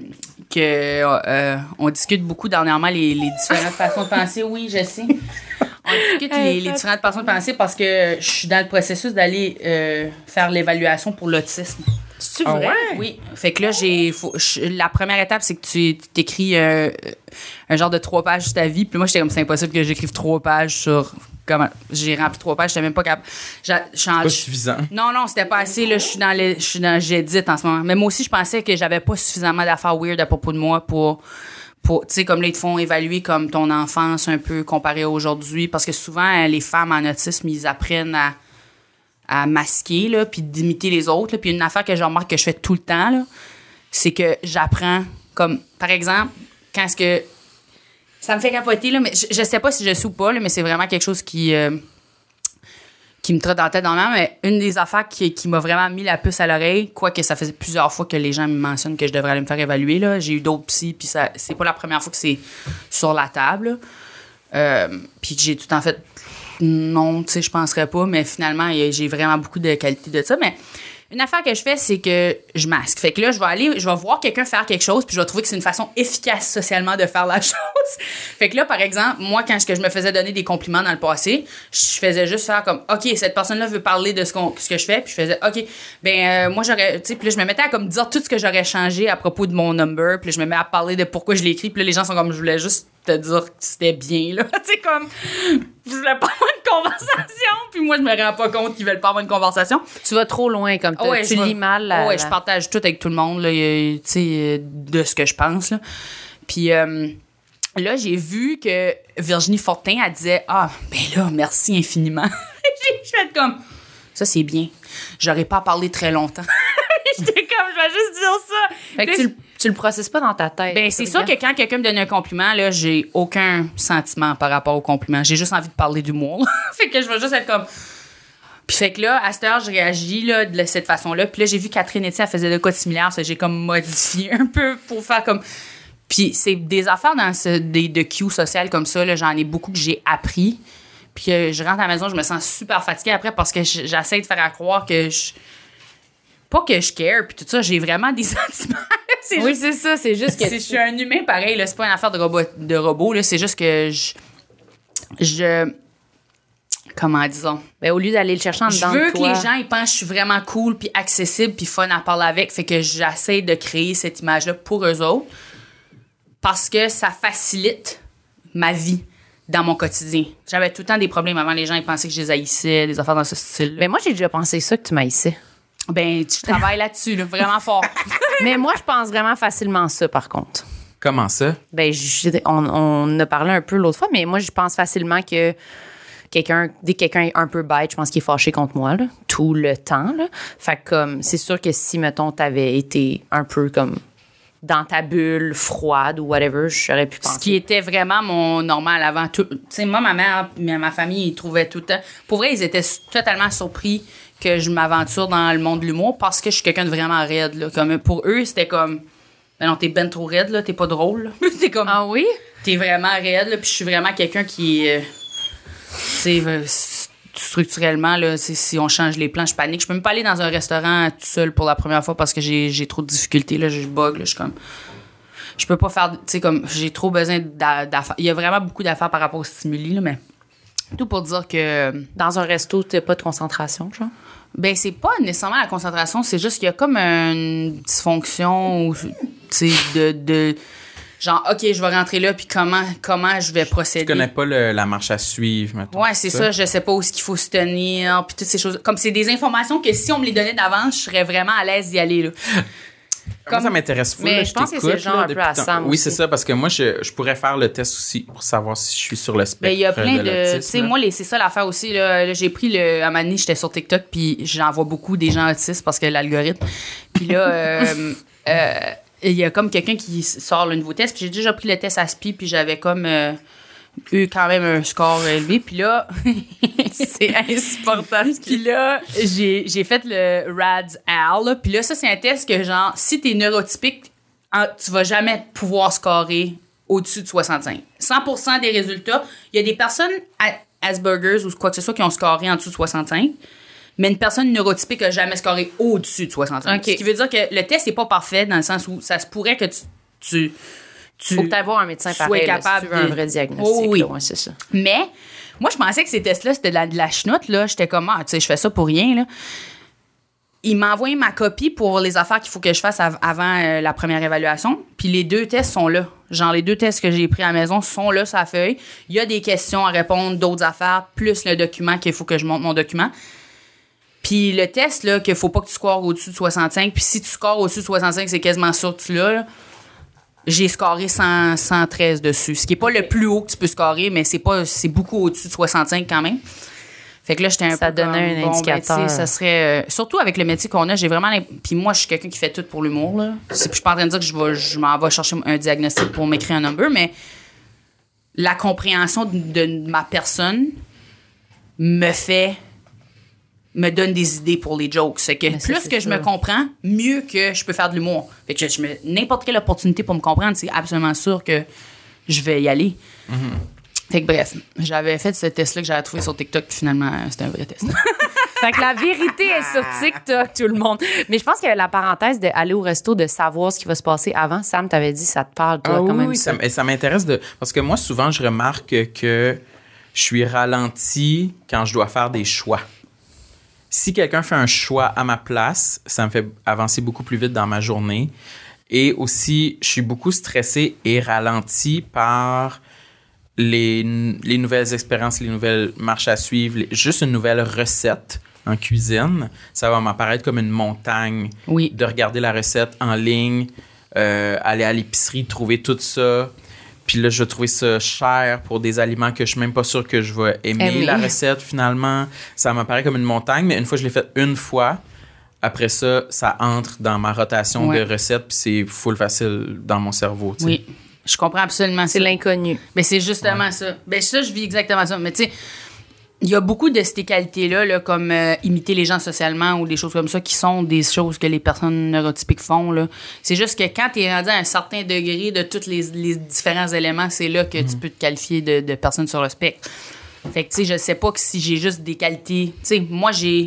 que on discute beaucoup dernièrement les différentes façons de penser. Oui, je sais. On discute les différentes façons de penser parce que je suis dans le processus d'aller faire l'évaluation pour l'autisme. C'est Ah vrai? ouais? Oui. Fait que là, la première étape, c'est que tu t'écris un genre de 3 pages sur ta vie. Puis moi, j'étais comme, c'est impossible que j'écrive 3 pages sur... Comment? J'ai rempli 3 pages, j'étais même pas capable. Pas suffisant. Non, c'était pas assez. Là, je suis dans J'édite en ce moment. Mais moi aussi, je pensais que j'avais pas suffisamment d'affaires weird à propos de moi pour tu sais, comme là, ils te font évaluer comme ton enfance un peu comparé à aujourd'hui. Parce que souvent, les femmes en autisme, ils apprennent à masquer, là, puis d'imiter les autres. Là. Puis une affaire que je remarque que je fais tout le temps, là, c'est que j'apprends, comme, par exemple, quand est-ce que... Ça me fait capoter, là, mais je sais pas si je suis ou pas, là, mais c'est vraiment quelque chose qui me trotte dans la tête dans la main. Mais une des affaires qui m'a vraiment mis la puce à l'oreille, quoique ça faisait plusieurs fois que les gens me mentionnent que je devrais aller me faire évaluer, là. J'ai eu d'autres psys, puis c'est pas la première fois que c'est sur la table. Puis j'ai tout en fait... Non, tu sais, je penserais pas, mais finalement, j'ai vraiment beaucoup de qualité de ça. Mais une affaire que je fais, c'est que je masque. Fait que là, je vais voir quelqu'un faire quelque chose, puis je vais trouver que c'est une façon efficace socialement de faire la chose. Fait que là, par exemple, moi, quand je me faisais donner des compliments dans le passé, je faisais juste faire comme, OK, cette personne-là veut parler de ce que je fais, puis je faisais, OK, moi, j'aurais, tu sais, puis là, je me mettais à comme dire tout ce que j'aurais changé à propos de mon number, puis là, je me mets à parler de pourquoi je l'ai écrit, puis là, les gens sont comme, je voulais juste te dire que c'était bien, là. Tu sais, comme, je voulais pas avoir une conversation, puis moi, je me rends pas compte qu'ils veulent pas avoir une conversation. Tu vas trop loin, comme Ouais, tu lis mal. Je partage tout avec tout le monde, là, tu sais, de ce que je pense, là. Puis là, j'ai vu que Virginie Fortin, elle disait, ben là, merci infiniment. J'ai fait comme, ça, c'est bien. J'aurais pas parlé très longtemps. J'étais comme, je vais juste dire ça. Fait que tu le processes pas dans ta tête. Ben, c'est sûr que quand quelqu'un me donne un compliment, là, j'ai aucun sentiment par rapport au compliment. J'ai juste envie de parler d'humour. Fait que je vais juste être comme... Puis fait que là, à cette heure, je réagis là, de cette façon-là. Puis là, j'ai vu Catherine Etier, elle faisait de quoi de similaire. Ça, j'ai comme modifié un peu pour faire comme... Puis c'est des affaires de Q social comme ça, là, j'en ai beaucoup que j'ai appris. Puis je rentre à la maison, je me sens super fatiguée après parce que j'essaie de faire croire que pas que je care, puis tout ça, j'ai vraiment des sentiments. Oui, c'est ça, c'est juste que... Je suis un humain pareil, là, c'est pas une affaire de robot, là, c'est juste que je comment disons? Ben, au lieu d'aller le chercher en dedans je veux de toi... que les gens ils pensent que je suis vraiment cool, puis accessible, puis fun à parler avec, fait que j'essaie de créer cette image-là pour eux autres parce que ça facilite ma vie dans mon quotidien. J'avais tout le temps des problèmes avant, les gens ils pensaient que je les haïssais, des affaires dans ce style-là. Ben, moi, j'ai déjà pensé ça, que tu m'haïssais. Ben, tu travailles là-dessus, là, vraiment fort. Mais moi, je pense vraiment facilement ça, par contre. Comment ça? Ben, on a parlé un peu l'autre fois, mais moi, je pense facilement que dès que quelqu'un est un peu bête, je pense qu'il est fâché contre moi, là, tout le temps, là. Fait que, comme, c'est sûr que si, mettons, t'avais été un peu, comme, dans ta bulle froide ou whatever, j'aurais pu penser. Ce qui était vraiment mon normal avant tout. Tu sais, moi, ma mère et ma famille, ils trouvaient tout le temps. Pour vrai, ils étaient totalement surpris que je m'aventure dans le monde de l'humour parce que je suis quelqu'un de vraiment raide, là. Comme, pour eux, c'était comme, ben non, t'es ben trop raide, là, t'es pas drôle, là. T'es comme, Ah oui? T'es vraiment raide, là, puis je suis vraiment quelqu'un qui, tu sais, structurellement, là, si on change les plans, je panique. Je peux même pas aller dans un restaurant tout seul pour la première fois parce que j'ai trop de difficultés, là, je bug, là, je suis comme... Je peux pas faire, tu sais, comme, j'ai trop besoin d'affaires. Il y a vraiment beaucoup d'affaires par rapport aux stimuli, là, mais tout pour dire que... Dans un resto, t'as pas de concentration, genre? Ben, c'est pas nécessairement la concentration, c'est juste qu'il y a comme une dysfonction, ou, tu sais, de genre, OK, je vais rentrer là, puis comment je vais procéder. Tu connais pas la marche à suivre, mettons. Ouais, c'est ça. Je sais pas où est-ce qu'il faut se tenir, puis toutes ces choses. Comme c'est des informations que si on me les donnait d'avance, je serais vraiment à l'aise d'y aller, là. Moi, ça m'intéresse fou. Mais là, je pense que t'écoute, c'est genre là, un peu à Sam Oui, aussi. c'est ça, parce que moi, je pourrais faire le test aussi pour savoir si je suis sur le spectre. Ben, il y a plein de. l'autisme, Tu sais, là. moi, c'est ça l'affaire aussi. Là, j'ai pris à un moment donné, j'étais sur TikTok, puis j'en vois beaucoup des gens autistes parce que l'algorithme. Puis là, il y a comme quelqu'un qui sort le nouveau test, puis j'ai déjà pris le test ASPI, puis j'avais comme eu quand même un score élevé. Puis là, c'est insupportable. Puis là, j'ai fait le RADS-AL, là. Puis là, ça, c'est un test que, genre, si t'es neurotypique, tu vas jamais pouvoir scorer au-dessus de 65. 100% des résultats. Il y a des personnes Asperger's ou quoi que ce soit qui ont scoré en dessous de 65, mais une personne neurotypique n'a jamais scoré au-dessus de 65. Okay. Ce qui veut dire que le test n'est pas parfait dans le sens où ça se pourrait que tu Faut que tu ailles voir un médecin pareil, là, capable si tu veux un vrai diagnostic. Oh, oui. Là, ouais, c'est ça. Mais moi, je pensais que ces tests-là, c'était de la chenoute. Là. J'étais comme, tu sais, je fais ça pour rien. Là. Il m'a envoyé ma copie pour les affaires qu'il faut que je fasse avant la première évaluation. Puis les 2 tests sont là. Genre, les 2 tests que j'ai pris à la maison sont là sur la feuille. Il y a des questions à répondre, d'autres affaires, plus le document qu'il faut que je monte mon document. Puis le test, là, qu'il faut pas que tu scores au-dessus de 65. Puis si tu scores au-dessus de 65, c'est quasiment sûr que tu l'as, là. J'ai scoré 113 dessus. Ce qui est pas le plus haut que tu peux scorer, mais c'est beaucoup au-dessus de 65 quand même. Fait que là, j'étais un peu Ça donnait un indicateur. Ben, ça serait... surtout avec le métier qu'on a, j'ai vraiment... Puis moi, je suis quelqu'un qui fait tout pour l'humour, là. Je suis pas en train de dire que je m'en vais chercher un diagnostic pour m'écrire un number, mais la compréhension de ma personne me donne des idées pour les jokes. C'est que ça, plus c'est que je me sûr. comprends, mieux que je peux faire de l'humour. Fait que n'importe quelle opportunité pour me comprendre, c'est absolument sûr que je vais y aller. Fait que bref, j'avais fait ce test-là que j'avais trouvé sur TikTok, puis finalement, c'était un vrai test. Fait que la vérité est sur TikTok, tout le monde. Mais je pense que la parenthèse d'aller au resto, de savoir ce qui va se passer avant, Sam t'avait dit, ça te parle, toi, quand même. Oui, ça m'intéresse parce que moi, souvent, je remarque que je suis ralenti quand je dois faire des choix. Si quelqu'un fait un choix à ma place, ça me fait avancer beaucoup plus vite dans ma journée. Et aussi, je suis beaucoup stressé et ralenti par les nouvelles expériences, les nouvelles marches à suivre, juste une nouvelle recette en cuisine. Ça va m'apparaître comme une montagne Oui. de regarder la recette en ligne, aller à l'épicerie, trouver tout ça. Puis là, je vais trouver ça cher pour des aliments que je suis même pas sûr que je vais aimer la recette finalement. Ça m'apparaît comme une montagne, mais une fois que je l'ai fait une fois, après ça, ça entre dans ma rotation de recettes, puis c'est full facile dans mon cerveau. T'sais. Oui, je comprends absolument C'est ça. l'inconnu. Mais c'est justement ça. Ben ça, je vis exactement ça. Mais tu sais, il y a beaucoup de ces qualités-là, là, comme imiter les gens socialement ou des choses comme ça, qui sont des choses que les personnes neurotypiques font. Là. C'est juste que quand tu es rendu à un certain degré de tous les différents éléments, c'est là que tu peux te qualifier de personne sur le spectre. Fait que, tu sais, je sais pas que si j'ai juste des qualités... Tu sais, moi, je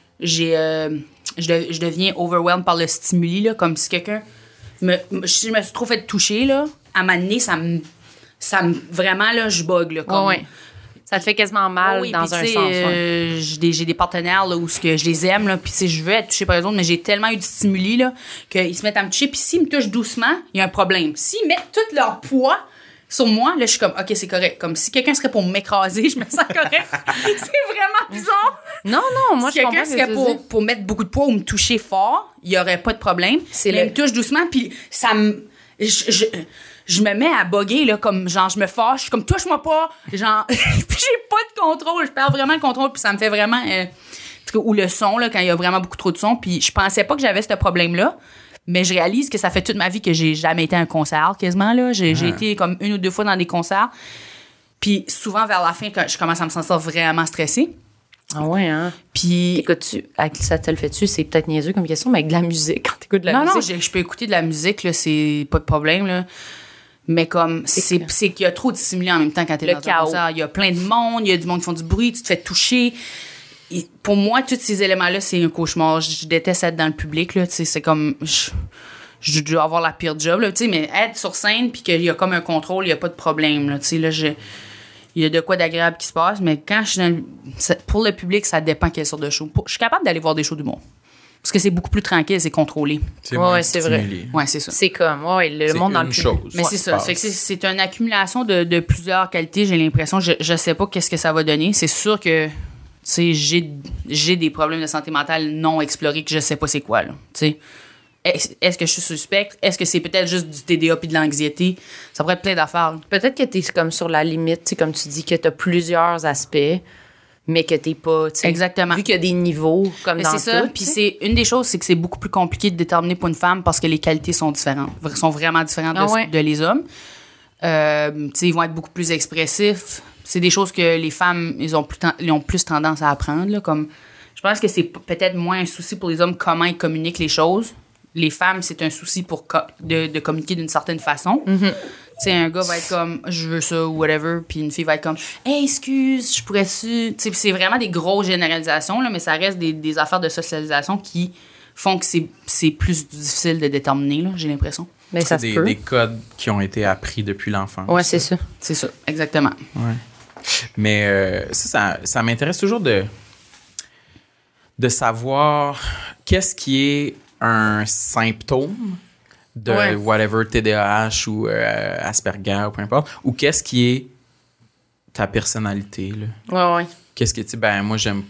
deviens overwhelmed par le stimuli, là, comme si quelqu'un... Je me suis trop fait toucher, là. À un moment donné, ça me vraiment, là, je bug, là. Comme, Ouais. Ça te fait quasiment mal oui, dans puis, un tu sais, sens. Ouais. j'ai des partenaires là, où ce que je les aime, là, puis tu sais, je veux être touchée par eux autres, mais j'ai tellement eu de stimuli là, qu'ils se mettent à me toucher, puis s'ils me touchent doucement, il y a un problème. S'ils mettent tout leur poids sur moi, là, je suis comme, OK, c'est correct. Comme si quelqu'un serait pour m'écraser, je me sens correct. C'est vraiment bizarre. Non, moi, Si je comprends quelqu'un serait pour mettre beaucoup de poids ou me toucher fort, il n'y aurait pas de problème. C'est mais il me touche doucement, puis ça me... je me mets à bugger, là, comme, genre, je me fâche, je suis comme, touche-moi pas, genre, puis j'ai pas de contrôle, je perds vraiment le contrôle, puis ça me fait vraiment, ou le son, là, quand il y a vraiment beaucoup trop de son, puis je pensais pas que j'avais ce problème-là, mais je réalise que ça fait toute ma vie que j'ai jamais été à un concert, quasiment, là, j'ai été comme 1 ou 2 fois dans des concerts, puis souvent, vers la fin, quand je commence à me sentir vraiment stressée. Ah ouais, hein? Puis... T'écoutes-tu, ça te le fait-tu? C'est peut-être niaiseux comme question, mais avec de la musique, quand t'écoutes de la musique. Non, je peux écouter de la musique, là, c'est pas de problème, là. Mais comme, c'est qu'il y a trop de stimuli en même temps quand t'es dans un concert. Il y a plein de monde, il y a du monde qui font du bruit, tu te fais toucher. Et pour moi, tous ces éléments-là, c'est un cauchemar. Je déteste être dans le public, là, tu sais, c'est comme... Je dois avoir la pire job, là, tu sais, mais être sur scène puis qu'il y a comme un contrôle, il y a pas de problème, là, tu sais, là, il y a de quoi d'agréable qui se passe, mais quand je suis pour le public, ça dépend quelle sorte de show. Je suis capable d'aller voir des shows d'humour. Parce que c'est beaucoup plus tranquille, c'est contrôlé. C'est moins c'est vrai. Ouais, c'est ça. C'est comme, le monde dans le public. chose. Mais c'est ça. Fait que c'est une accumulation de plusieurs qualités, j'ai l'impression. Je sais pas qu'est-ce que ça va donner. C'est sûr que, tu sais, j'ai des problèmes de santé mentale non explorés que je sais pas c'est quoi, là. Tu sais. Est-ce que je suis suspecte? Est-ce que c'est peut-être juste du TDA puis de l'anxiété? Ça pourrait être plein d'affaires. Peut-être que t'es comme sur la limite, tu sais, comme tu dis, que t'as plusieurs aspects, mais que t'es pas, tu sais. Exactement. Vu qu'il y a des niveaux, comme mais dans c'est ça. tout. Puis c'est une des choses, c'est que c'est beaucoup plus compliqué de déterminer pour une femme parce que les qualités sont différentes. Sont vraiment différentes de les hommes. Tu sais, ils vont être beaucoup plus expressifs. C'est des choses que les femmes, ils ont plus tendance à apprendre, là, comme... Je pense que c'est peut-être moins un souci pour les hommes comment ils communiquent les choses. Les femmes, c'est un souci pour de communiquer d'une certaine façon. Mm-hmm. Tu sais, un gars va être comme, je veux ça ou whatever, puis une fille va être comme, hey, excuse, je pourrais-tu. Tu sais, c'est vraiment des grosses généralisations, là, mais ça reste des affaires de socialisation qui font que c'est plus difficile de déterminer, là, j'ai l'impression. Mais ça se peut. Des codes qui ont été appris depuis l'enfance. Ouais, c'est ça. C'est ça, exactement. Ouais. Mais ça m'intéresse toujours de savoir qu'est-ce qui est un symptôme de whatever, TDAH ou Asperger ou peu importe, ou qu'est-ce qui est ta personnalité, là. Ouais. Qu'est-ce que tu dis, moi, j'aime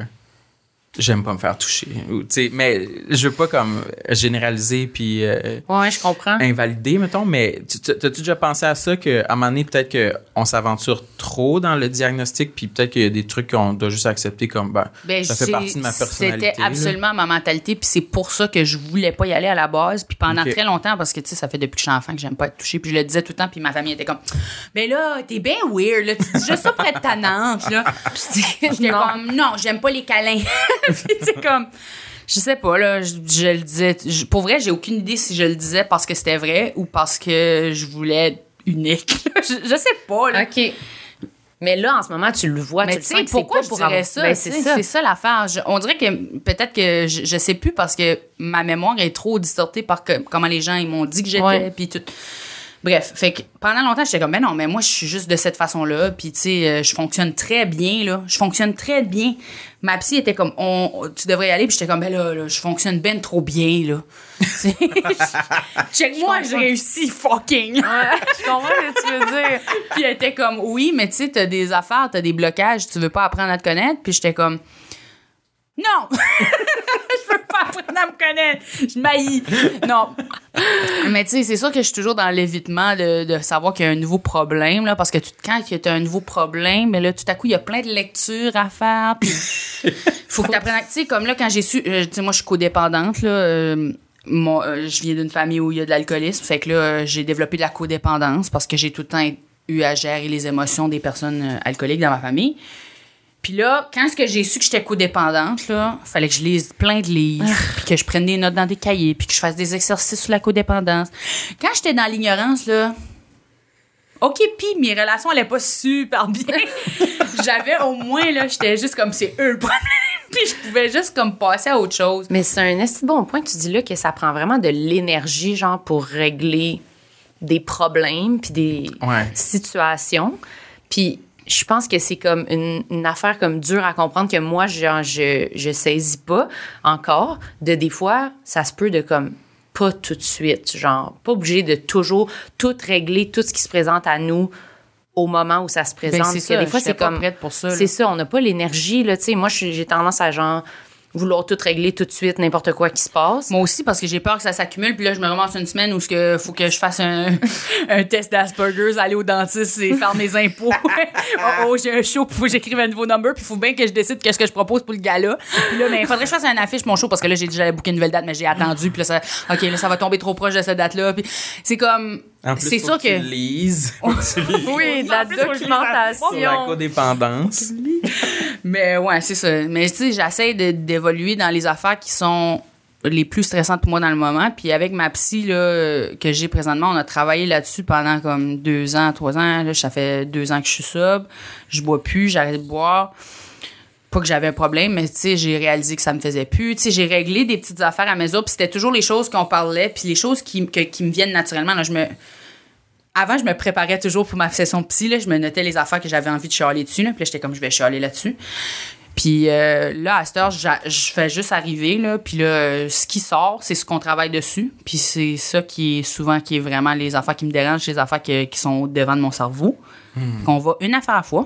pas me faire toucher. Ou, mais je veux pas comme généraliser puis je comprends. invalider, mettons, mais t'as-tu déjà pensé à ça qu'à un moment donné, peut-être qu'on s'aventure trop dans le diagnostic puis peut-être qu'il y a des trucs qu'on doit juste accepter comme, ça fait partie de ma personnalité. C'était absolument ma mentalité puis c'est pour ça que je voulais pas y aller à la base puis pendant très longtemps parce que, tu sais, ça fait depuis que je suis enfant que j'aime pas être touchée puis je le disais tout le temps puis ma famille était comme, mais là, t'es bien weird, là, tu dis juste ça pour être tannante, là. J'étais comme, non, j'aime pas les câlins. C'est comme, je sais pas, là, je le disais. Pour vrai, j'ai aucune idée si je le disais parce que c'était vrai ou parce que je voulais être unique. je sais pas, là. OK. Mais là, en ce moment, tu le vois, mais tu le sens que pourquoi c'est pas je pour dirais ça? Ben, c'est ça l'affaire. On dirait que peut-être que je sais plus parce que ma mémoire est trop distortée par comment les gens ils m'ont dit que j'étais, puis tout. Bref, fait que pendant longtemps, j'étais comme, non, mais moi, je suis juste de cette façon-là. Puis, tu sais, je fonctionne très bien, là. Je fonctionne très bien. Ma psy était comme, tu devrais y aller. Puis j'étais comme, là, je fonctionne ben trop bien, là. Check-moi, j'ai réussi, fucking. je comprends ce que tu veux dire. Puis elle était comme, oui, mais tu sais, t'as des affaires, t'as des blocages, tu veux pas apprendre à te connaître. Puis j'étais comme, non! Je veux pas apprendre à me connaître. Je m'haïs. Non. Mais tu sais, c'est sûr que je suis toujours dans l'évitement de savoir qu'il y a un nouveau problème, là, parce que quand tu as un nouveau problème, mais là, tout à coup, il y a plein de lectures à faire, puis faut que tu apprennes à... Tu sais, comme là, quand j'ai su... tu sais, moi, je suis codépendante, là. Je viens d'une famille où il y a de l'alcoolisme, fait que là, j'ai développé de la codépendance parce que j'ai tout le temps eu à gérer les émotions des personnes alcooliques dans ma famille. Puis là, quand j'ai su que j'étais codépendante, là, fallait que je lise plein de livres, puis que je prenne des notes dans des cahiers, puis que je fasse des exercices sur la codépendance. Quand j'étais dans l'ignorance, là, OK, puis mes relations allaient pas super bien. J'avais au moins, là, j'étais juste comme, c'est eux le problème. Puis je pouvais juste comme passer à autre chose. Mais c'est un assez bon point que tu dis là, que ça prend vraiment de l'énergie, genre, pour régler des problèmes puis des situations. Puis je pense que c'est comme une affaire comme dure à comprendre que moi, genre, je saisis pas encore. Des fois, ça se peut de comme pas tout de suite. Genre, pas obligé de toujours tout régler, tout ce qui se présente à nous au moment où ça se présente. Ben, c'est ça, des fois, c'est comme pas prête pour ça. C'est ça, on n'a pas l'énergie, là. Tu sais, moi, j'ai tendance à genre vouloir tout régler tout de suite, n'importe quoi qui se passe. Moi aussi, parce que j'ai peur que ça s'accumule, puis là, je me ramasse une semaine où il faut que je fasse un test d'Asperger's, aller au dentiste et faire mes impôts. J'ai un show, puis il faut que j'écrive un nouveau number, puis il faut bien que je décide qu'est-ce que je propose pour le gala. Puis là, il faudrait que je fasse une affiche mon show, parce que là, j'ai déjà booké une nouvelle date, mais j'ai attendu, puis là, ça va tomber trop proche de cette date-là. Puis c'est comme... En plus, c'est sûr que... tu lises. Oui, de la documentation. De la codépendance. Mais ouais, c'est ça. Mais tu sais, j'essaie d'évoluer dans les affaires qui sont les plus stressantes pour moi dans le moment. Puis avec ma psy là, que j'ai présentement, on a travaillé là-dessus pendant comme 2 ans, 3 ans. Là, ça fait 2 ans que je suis sobre. Je bois plus, j'arrête de boire. Pas que j'avais un problème, mais tu sais, j'ai réalisé que ça me faisait plus. Tu sais, j'ai réglé des petites affaires à mesure. Puis c'était toujours les choses qu'on parlait, puis les choses qui me viennent naturellement. Là, Avant, je me préparais toujours pour ma session psy. Là, je me notais les affaires que j'avais envie de chialer dessus. Là, puis là, j'étais comme, je vais chialer là-dessus. Puis là, à cette heure, je fais juste arriver. Là, puis là, ce qui sort, c'est ce qu'on travaille dessus. Puis c'est ça qui est vraiment les affaires qui me dérangent, les affaires qui sont devant de mon cerveau. Qu'on va une affaire à la fois.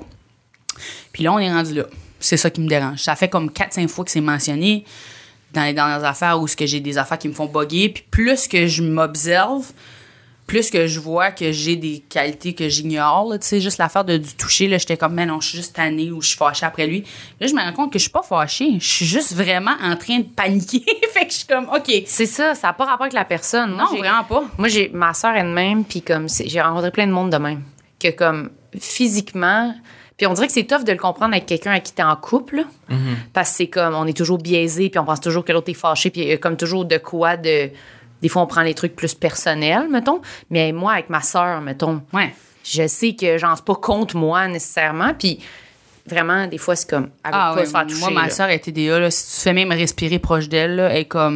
Puis là, on est rendu là. C'est ça qui me dérange. Ça fait comme 4-5 fois que c'est mentionné dans les dernières affaires où j'ai des affaires qui me font bugger. Puis plus que je m'observe, plus que je vois que j'ai des qualités que j'ignore, tu sais, juste l'affaire du toucher, là, j'étais comme, mais non, je suis juste tannée ou je suis fâchée après lui. Là, je me rends compte que je suis pas fâchée. Je suis juste vraiment en train de paniquer. Fait que je suis comme, OK. C'est ça n'a pas rapport avec la personne. Non, vraiment pas. Moi, j'ai ma soeur elle-même, puis comme, j'ai rencontré plein de monde de même. Que comme, physiquement... Puis on dirait que c'est tough de le comprendre avec quelqu'un avec qui t'es en couple, là. Parce que c'est comme, on est toujours biaisé, puis on pense toujours que l'autre est fâché, puis comme toujours de quoi de... Des fois, on prend les trucs plus personnels, mettons. Mais moi, avec ma sœur, mettons, ouais. Je sais que j'en sais pas contre moi nécessairement, puis vraiment, des fois, c'est comme, elle veut pas se faire toucher. Moi, ma sœur est TDA, là, si tu fais même respirer proche d'elle, là, elle est comme...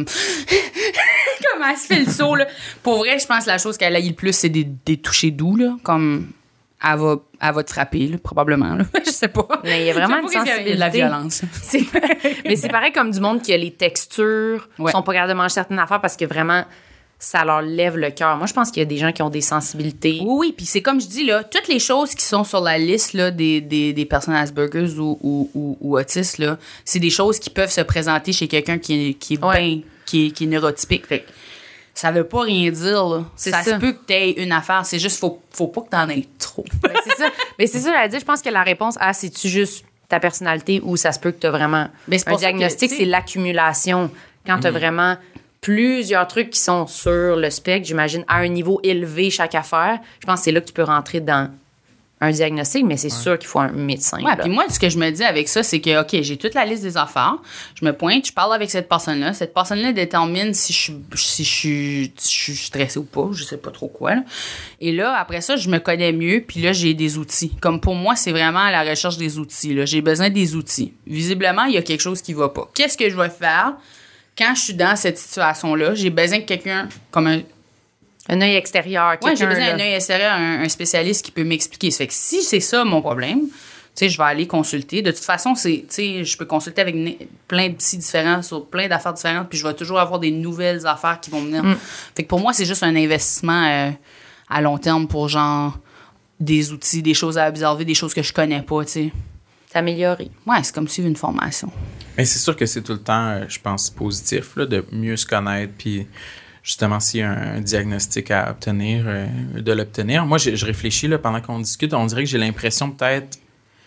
comme elle se fait le saut, là. Pour vrai, je pense que la chose qu'elle haït le plus, c'est des touchés doux, là, comme... Elle va te frapper, là, probablement. Là. Je sais pas. Mais il y a vraiment une sensibilité. De la violence. Mais c'est pareil comme du monde qui a les textures, sont pas capables de manger certaines affaires parce que vraiment, ça leur lève le cœur. Moi, je pense qu'il y a des gens qui ont des sensibilités. Oui, puis c'est comme je dis, là, toutes les choses qui sont sur la liste là, des personnes Asperger's ou autistes, là, c'est des choses qui peuvent se présenter chez quelqu'un qui est bien, qui est neurotypique. Fait ça veut pas rien dire, là. Ça se peut que t'aies une affaire, c'est juste faut pas que t'en aies trop. C'est ça. Mais c'est ça, j'allais dire, je pense que la réponse à c'est-tu juste ta personnalité ou ça se peut que t'as vraiment un diagnostic, c'est l'accumulation. Quand t'as vraiment plusieurs trucs qui sont sur le spectre, j'imagine, à un niveau élevé chaque affaire, je pense que c'est là que tu peux rentrer dans un diagnostic, mais c'est sûr qu'il faut un médecin. Ouais, puis moi, ce que je me dis avec ça, c'est que, OK, j'ai toute la liste des affaires, je me pointe, je parle avec cette personne-là. Cette personne-là détermine si je suis stressée ou pas, je sais pas trop quoi. Là. Et là, après ça, je me connais mieux, puis là, j'ai des outils. Comme pour moi, c'est vraiment la recherche des outils. Là. J'ai besoin des outils. Visiblement, il y a quelque chose qui va pas. Qu'est-ce que je vais faire quand je suis dans cette situation-là? J'ai besoin de quelqu'un comme un œil extérieur. Oui, j'ai besoin d'un œil extérieur, un spécialiste qui peut m'expliquer. Ça fait que si c'est ça mon problème, tu sais, je vais aller consulter. De toute façon, je peux consulter avec plein de psys différents sur plein d'affaires différentes, puis je vais toujours avoir des nouvelles affaires qui vont venir. Fait que pour moi, c'est juste un investissement à long terme pour genre des outils, des choses à observer, des choses que je connais pas, tu sais. S'améliorer. Ouais, c'est comme suivre une formation. Mais c'est sûr que c'est tout le temps, je pense, positif, là, de mieux se connaître, puis justement, s'il y a un diagnostic à obtenir, de l'obtenir. Moi, je réfléchis là, pendant qu'on discute, on dirait que j'ai l'impression peut-être,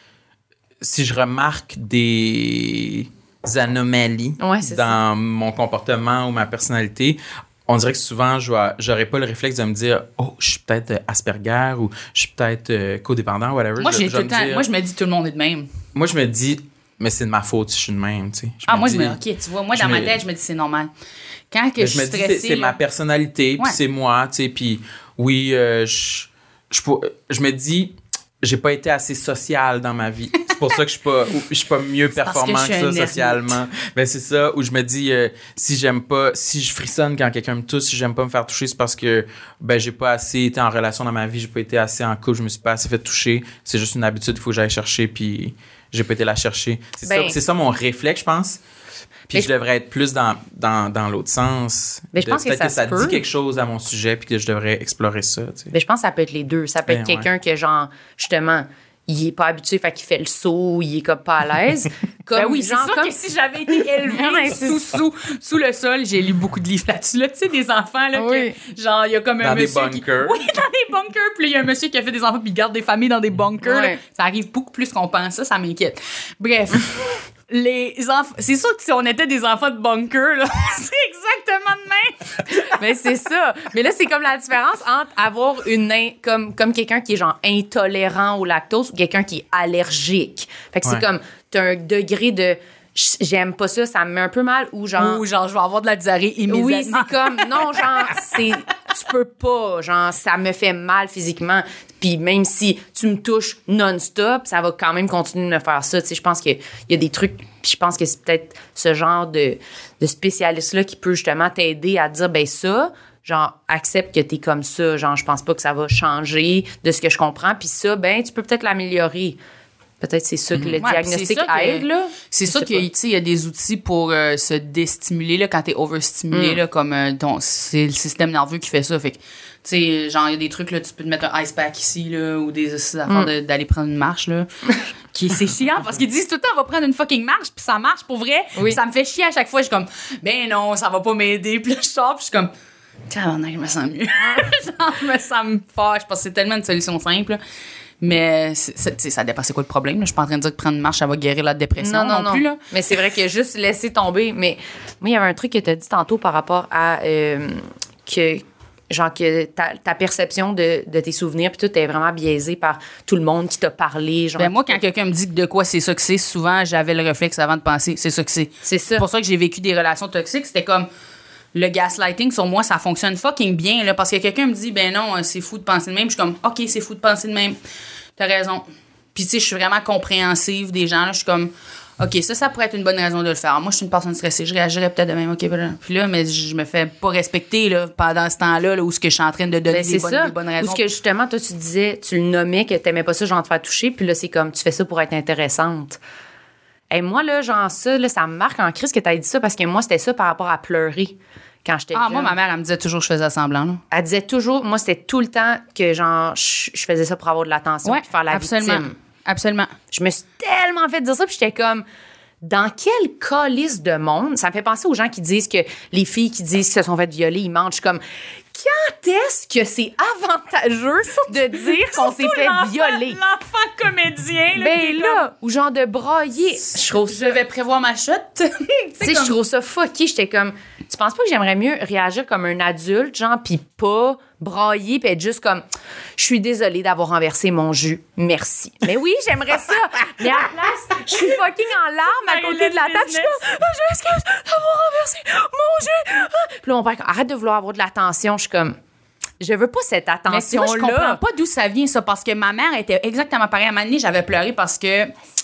si je remarque des anomalies dans mon comportement ou ma personnalité, on dirait que souvent, j'aurais pas le réflexe de me dire « Oh, je suis peut-être Asperger » ou « Je suis peut-être codépendant » whatever. Moi, je me dis « Tout le monde est de même ». Moi, je me dis « Mais c'est de ma faute si je suis de même. » tu sais. OK, tu vois, moi, dans ma tête, je me dis « C'est normal ». Quand que je suis stressée... C'est ma personnalité, puis c'est moi, tu sais, puis oui, je me dis, j'ai pas été assez sociale dans ma vie. C'est pour ça que je suis pas mieux performant que ça socialement. Ben c'est ça, où je me dis, si je frissonne quand quelqu'un me touche, si j'aime pas me faire toucher, c'est parce que ben j'ai pas assez été en relation dans ma vie, j'ai pas été assez en couple, je me suis pas assez fait toucher. C'est juste une habitude, il faut que j'aille chercher, puis j'ai pas été la chercher. C'est ça mon réflexe, je pense. Puis je devrais être plus dans l'autre sens. Mais je pense peut-être que ça dit quelque chose à mon sujet puis que je devrais explorer ça. Tu sais. Mais je pense que ça peut être les deux. Ça peut être quelqu'un que, genre, justement, il est pas habitué, fait qu'il fait le saut, il est comme pas à l'aise. Comme, Ben oui, c'est sûr que si j'avais été élevée sous le sol, j'ai lu beaucoup de livres là-dessus. Là, tu sais, des enfants, là, Oui. que, genre, il y a comme un Dans des monsieur bunkers. Oui, dans des bunkers. Puis il y a un monsieur qui a fait des enfants puis il garde des familles dans des bunkers. Ouais. Là. Ça arrive beaucoup plus qu'on pense. Ça m'inquiète. Bref. Les enfants, c'est sûr que si on était des enfants de bunker, là, c'est exactement de même. Mais c'est ça. Mais là, c'est comme la différence entre avoir comme quelqu'un qui est genre intolérant au lactose ou quelqu'un qui est allergique. Fait que Ouais. c'est comme, t'as un degré de j'aime pas ça, ça me met un peu mal ou genre. Ou genre, je vais avoir de la diarrhée immédiatement. Oui, c'est comme, non, genre, tu peux pas, genre, ça me fait mal physiquement. Puis même si tu me touches non-stop, ça va quand même continuer de me faire ça. Tu sais, je pense qu'il y a des trucs, puis je pense que c'est peut-être ce genre de spécialiste-là qui peut justement t'aider à dire, ben ça, genre, accepte que t'es comme ça. Genre, je pense pas que ça va changer de ce que je comprends. Puis ça, ben, tu peux peut-être l'améliorer. Peut-être c'est ça que le Ouais, diagnostic puis c'est ça aide, là. C'est Je ça sais qu'il y a, pas. tu sais, il y a des outils pour se déstimuler là, quand t'es overstimulé, là, comme c'est le système nerveux qui fait ça. Fait que, tu sais, genre, il y a des trucs, là, tu peux te mettre un ice pack ici, là, ou des affaires d'aller prendre une marche, là. C'est chiant parce qu'ils disent tout le temps, on va prendre une fucking marche, puis ça marche pour vrai. Oui. Puis ça me fait chier à chaque fois. Je suis comme, ben non, ça va pas m'aider. Puis là, je sors, puis je suis comme, tabarnak, je me sens mieux. Genre, ça me fâche parce que c'est tellement une solution simple, là. Mais ça dépend c'est quoi le problème. Là. Je suis pas en train de dire que prendre une marche, ça va guérir la dépression non plus. Là. Mais c'est vrai que juste laisser tomber. Mais moi, il y avait un truc que tu as dit tantôt par rapport à que ta perception de tes souvenirs, puis tout est vraiment biaisée par tout le monde qui t'a parlé. Genre, Ben moi, quand quelqu'un me dit de quoi c'est ça que c'est, souvent, j'avais le réflexe avant de penser, c'est ça que c'est. C'est ça. C'est pour ça que j'ai vécu des relations toxiques. C'était comme le gaslighting, sur moi, ça fonctionne fucking bien. Là, parce que quelqu'un me dit, ben non, c'est fou de penser de même. Je suis comme, OK, c'est fou de penser de même. T'as raison. Puis, tu sais, je suis vraiment compréhensive des gens. Là. Je suis comme, OK, ça pourrait être une bonne raison de le faire. Moi, je suis une personne stressée. Je réagirais peut-être de même. OK, puis là, mais je me fais pas respecter là, pendant ce temps-là là, où ce que je suis en train de donner Ben, c'est des bonnes raisons. Ou ce que justement, toi, tu disais, tu le nommais que t'aimais pas ça, genre te faire toucher, puis là, c'est comme, tu fais ça pour être intéressante. Et moi, là, genre ça, là, ça me marque en crise que t'aies dit ça, parce que moi, c'était ça par rapport à pleurer quand j'étais jeune. Moi, ma mère, elle me disait toujours que je faisais semblant. Là. Elle disait toujours, moi, c'était tout le temps que, genre, je faisais ça pour avoir de l'attention puis faire la victime. Absolument. Je me suis tellement fait dire ça, puis j'étais comme, dans quel calice de monde? Ça me fait penser aux gens qui disent que les filles qui disent qu'ils se sont fait violer, ils mentent. Je suis comme, quand est-ce que c'est avantageux de dire qu'on s'est fait violer? L'enfant comédien. Là, Ben là, ou genre de brailler. Je trouve ça. Je vais prévoir ma chute. Tu sais, je trouve ça fucké. J'étais comme, tu penses pas que j'aimerais mieux réagir comme un adulte, genre, pis pas brailler, pis être juste comme, je suis désolée d'avoir renversé mon jus, merci. Mais oui, j'aimerais ça. Mais à la place, je suis fucking en larmes à côté de la table. Je suis comme, je m'excuse d'avoir renversé mon jus. Puis là, mon père, arrête de vouloir avoir de l'attention. Je suis comme, je veux pas cette Mais tu vois, attention-là. je comprends pas d'où ça vient, ça, parce que ma mère était exactement pareille. À un moment donné, j'avais pleuré parce que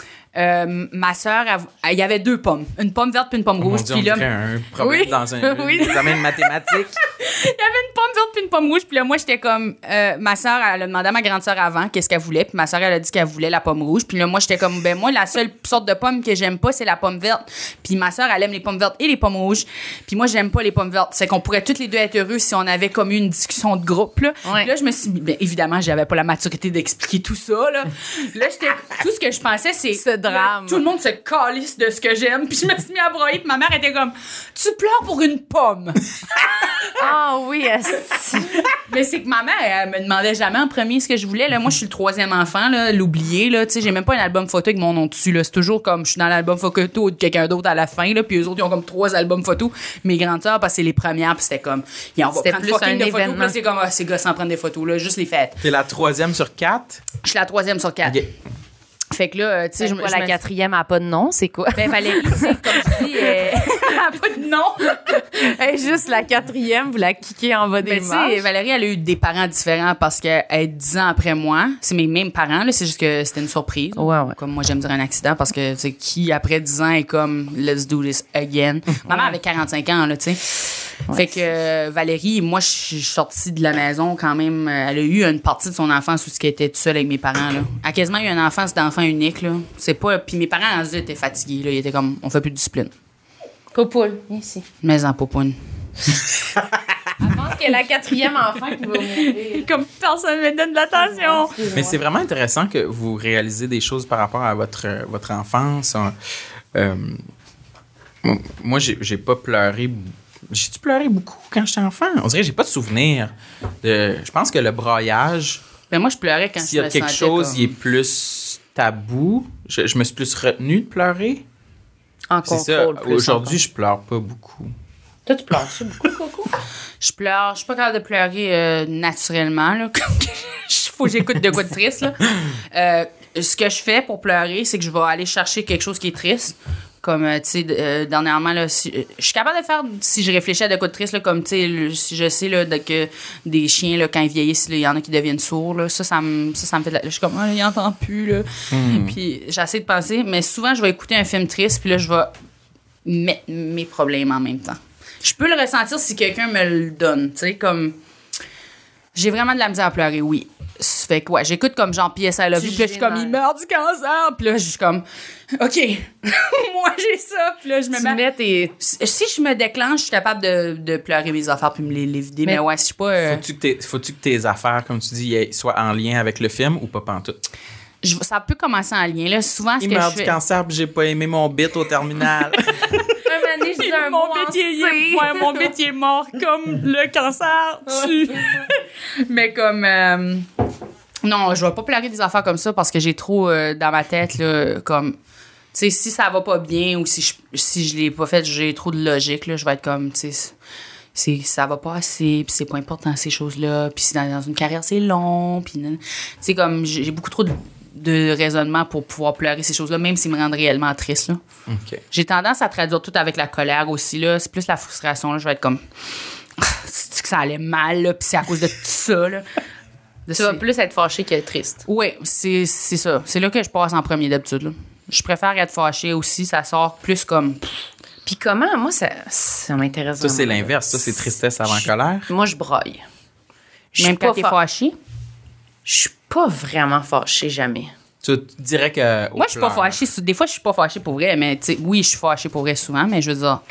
ma sœur, il y avait 2 pommes. Une pomme verte puis une pomme rouge. Mon Dieu, on dirait un problème Oui. dans un Oui. examen de mathématiques. Il y avait une pomme verte puis une pomme rouge. Puis là, moi, j'étais comme... ma sœur, elle a demandé à ma grande sœur avant qu'est-ce qu'elle voulait. Puis ma sœur, elle a dit qu'elle voulait la pomme rouge. Puis là, moi, j'étais comme... Ben moi, la seule sorte de pomme que j'aime pas, c'est la pomme verte. Puis ma sœur, elle aime les pommes vertes et les pommes rouges. Puis moi, j'aime pas les pommes vertes. C'est qu'on pourrait toutes les deux être heureux si on avait comme eu une discussion de groupe. Là, Ouais. Puis là je me suis... Ben, évidemment, j'avais pas la maturité d'expliquer tout ça. Là, tout ce que je pensais, c'est... Ce drame. Tout le monde se calisse de ce que j'aime. Puis je me suis mis à broyer. Puis ma mère était comme... Tu pleures pour une pomme. Ah oui, esti. Mais c'est que ma mère, elle me demandait jamais en premier ce que je voulais. Là, moi, je suis le 3e enfant, là, l'oublié. Là, tu sais, j'ai même pas un album photo avec mon nom dessus. Là. C'est toujours comme je suis dans l'album photo de quelqu'un d'autre à la fin. Là, puis eux autres, ils ont comme 3 albums photo. Mes grandes sœurs, parce que c'est les premières. Puis c'était comme, on va C'était prendre plus fucking un de photos. événement. Puis là, c'est comme, ces gars s'en prennent des photos. Là, juste les fêtes. T'es la 3e sur 4. Je suis la 3e sur 4. OK. Fait que là, tu sais, C'est je quoi, me... la 4e a pas de nom, c'est quoi? Ben, Valérie, tu sais, comme je dis, elle a pas de nom. Elle est juste la 4e, vous la kickez en bas des Mais tu sais, marches. Valérie, elle a eu des parents différents parce qu'elle est 10 ans après moi. C'est mes mêmes parents, là. C'est juste que c'était une surprise. Ouais. Comme moi, j'aime dire un accident parce que, tu sais, qui après 10 ans est comme, let's do this again. Ma mère avait 45 ans, là, tu sais. Fait que Valérie, moi, je suis sortie de la maison quand même. Elle a eu une partie de son enfance où elle était toute seule avec mes parents, là. Elle a quasiment eu une enfance d'enfant unique, là. C'est pas. Puis mes parents, ils étaient fatigués, là. Ils étaient comme, on fait plus de discipline. Poupoule, ici. Mais en popoune. Je pense que la 4e enfant qui va mourir. Comme personne me donne de l'attention. Mais c'est vraiment intéressant que vous réalisez des choses par rapport à votre enfance. Moi, j'ai pas pleuré. J'ai-tu pleuré beaucoup quand j'étais enfant? On dirait que j'ai pas de souvenir. Je pense que le braillage, Ben moi, je pleurais quand s'il y je a me quelque sentais chose, comme... il est plus tabou. Je me suis plus retenue de pleurer. En C'est contrôle. ça. Plus Aujourd'hui, je pleure pas beaucoup. Toi, tu pleures-tu beaucoup, Coco? Je pleure. Je suis pas capable de pleurer naturellement. Là. Faut que j'écoute de quoi de triste. Là. Ce que je fais pour pleurer, c'est que je vais aller chercher quelque chose qui est triste. Comme, tu sais, dernièrement, là, je suis capable de faire, si je réfléchis à de quoi de triste, là, comme, tu sais, si je sais là, que des chiens, là, quand ils vieillissent, il y en a qui deviennent sourds. Là, ça me fait de la... Je suis comme, il n'entend plus. Là. Puis j'essaie de penser, mais souvent, je vais écouter un film triste, puis là, je vais mettre mes problèmes en même temps. Je peux le ressentir si quelqu'un me le donne, tu sais, comme... J'ai vraiment de la misère à pleurer, oui. Ça fait que, ouais, j'écoute comme genre P.S. I Love You, puis là, je suis comme, il meurt du cancer, puis là, je suis comme, OK, moi, j'ai ça, puis là, je me mets... Si je me déclenche, je suis capable de pleurer mes affaires puis me les vider, mais ouais, si je suis pas... Faut-tu que tes affaires, comme tu dis, soient en lien avec le film ou pas pantoute? Ça peut commencer en lien, là. Souvent, ce il que meurt je du fais... cancer, puis j'ai pas aimé mon bit au terminal. Mon métier est mort comme le cancer tue. Mais comme... non, je vais pas pleurer des affaires comme ça parce que j'ai trop dans ma tête, là, comme... Tu sais, si ça va pas bien ou si je l'ai pas fait, j'ai trop de logique, là, je vais être comme, tu sais... ça va pas assez, puis c'est pas important ces choses-là, puis dans une carrière c'est long, puis tu sais comme j'ai beaucoup trop de raisonnement pour pouvoir pleurer ces choses-là, même s'ils me rendent réellement triste là. Okay. J'ai tendance à traduire tout avec la colère aussi là, c'est plus la frustration là, je vais être comme c'est que ça allait mal là, puis c'est à cause de tout ça là. Tu vas plus être fâché que triste. Oui, c'est ça, c'est là que je passe en premier d'habitude là. Je préfère être fâché aussi, ça sort plus comme Puis comment? Moi, ça m'intéresse Ça, vraiment. c'est l'inverse. Ça, c'est tristesse avant colère. Moi, je braille. même quand t'es fâché. Je suis pas vraiment fâchée, jamais. Tu dirais que... Moi, je suis pas fâchée. Des fois, je suis pas fâchée pour vrai, mais tu sais, oui, je suis fâchée pour vrai souvent, mais je veux dire,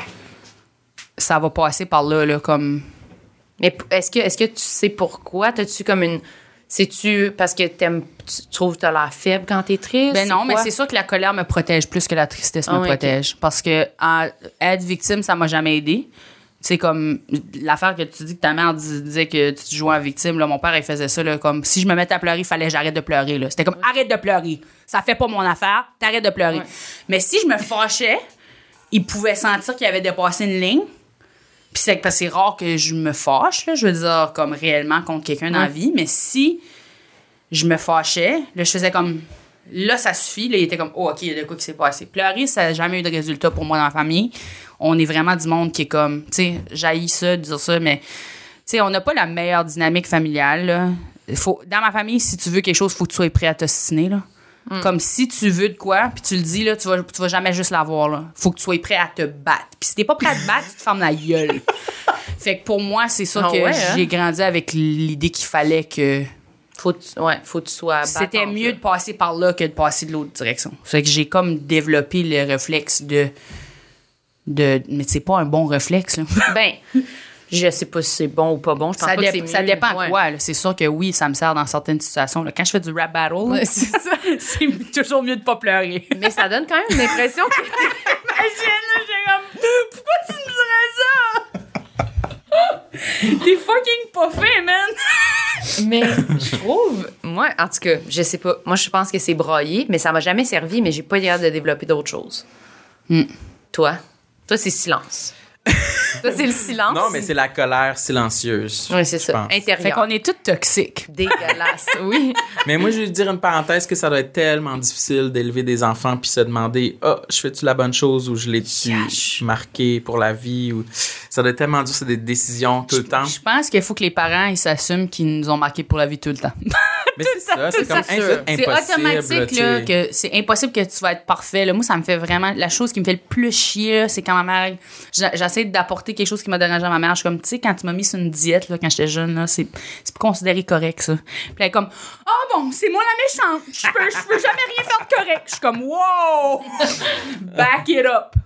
ça va passer par là, comme... Mais est-ce que tu sais pourquoi? T'as-tu comme une... C'est-tu parce que tu trouves que t'as l'air faible quand t'es triste? Ben non, mais c'est sûr que la colère me protège plus que la tristesse me protège. Okay. Parce que être victime, ça m'a jamais aidé. Tu sais, comme l'affaire que tu dis que ta mère disait que tu jouais en victime, là, mon père, il faisait ça, là, comme si je me mettais à pleurer, il fallait que j'arrête de pleurer. Là. C'était comme, arrête de pleurer. Ça fait pas mon affaire, t'arrêtes de pleurer. Ouais. Mais si je me fâchais, il pouvait sentir qu'il avait dépassé une ligne. Puis c'est parce que c'est rare que je me fâche, là, je veux dire, comme réellement contre quelqu'un dans la vie. Mais si je me fâchais, là, je faisais comme... Là, ça suffit. Là, il était comme, oh, OK, il y a de quoi qui s'est passé. Pleurer, ça n'a jamais eu de résultat pour moi dans la famille. On est vraiment du monde qui est comme... Tu sais, j'haïs ça, de dire ça, mais... Tu sais, on n'a pas la meilleure dynamique familiale, là. Dans ma famille, si tu veux quelque chose, il faut que tu sois prêt à t'ostiner, là. Comme si tu veux de quoi, puis tu le dis, là, tu vas jamais juste l'avoir, là. Faut que tu sois prêt à te battre. Puis si t'es pas prêt à te battre, tu te fermes la gueule. Fait que pour moi, c'est ça que j'ai grandi avec l'idée qu'il fallait que... Faut que tu sois battante. C'était mieux de passer par là que de passer de l'autre direction. Fait que j'ai comme développé le réflexe de mais c'est pas un bon réflexe, là. Ben... Je sais pas si c'est bon ou pas bon. Je pense pas que c'est mieux. Ça dépend de quoi. Là. C'est sûr que oui, ça me sert dans certaines situations. Là. Quand je fais du rap battle, là, c'est ça. C'est toujours mieux de pas pleurer. Mais ça donne quand même l'impression que Imagine, là, j'ai comme... Pourquoi tu me dirais ça? T'es fucking pas fait, man! Mais je trouve... Moi, en tout cas, je sais pas. Moi, je pense que c'est braillé, mais ça m'a jamais servi, mais j'ai pas l'air de développer d'autres choses. Toi, c'est silence. Ça, c'est le silence. Non, mais c'est la colère silencieuse. Oui, c'est ça. Intérieur. Fait qu'on est toutes toxiques. Dégueulasse, oui. Mais moi, je vais dire une parenthèse que ça doit être tellement difficile d'élever des enfants puis se demander, je fais-tu la bonne chose ou je l'ai-tu marqué pour la vie? Ou... Ça doit être tellement dur, c'est des décisions tout le temps. Je pense qu'il faut que les parents, ils s'assument qu'ils nous ont marqués pour la vie tout le temps. Mais c'est ça, c'est comme impossible. C'est automatique, là, que c'est impossible que tu vas être parfait. Là. Moi, ça me fait vraiment... La chose qui me fait le plus chier, là, c'est quand ma mère... J'essaie d'apporter quelque chose qui m'a dérangé à ma mère. Je suis comme, tu sais, quand tu m'as mis sur une diète, là, quand j'étais jeune, là, c'est pas considéré correct, ça. Puis elle est comme, bon, c'est moi la méchante. Je peux jamais rien faire de correct. Je suis comme, wow! Back it up.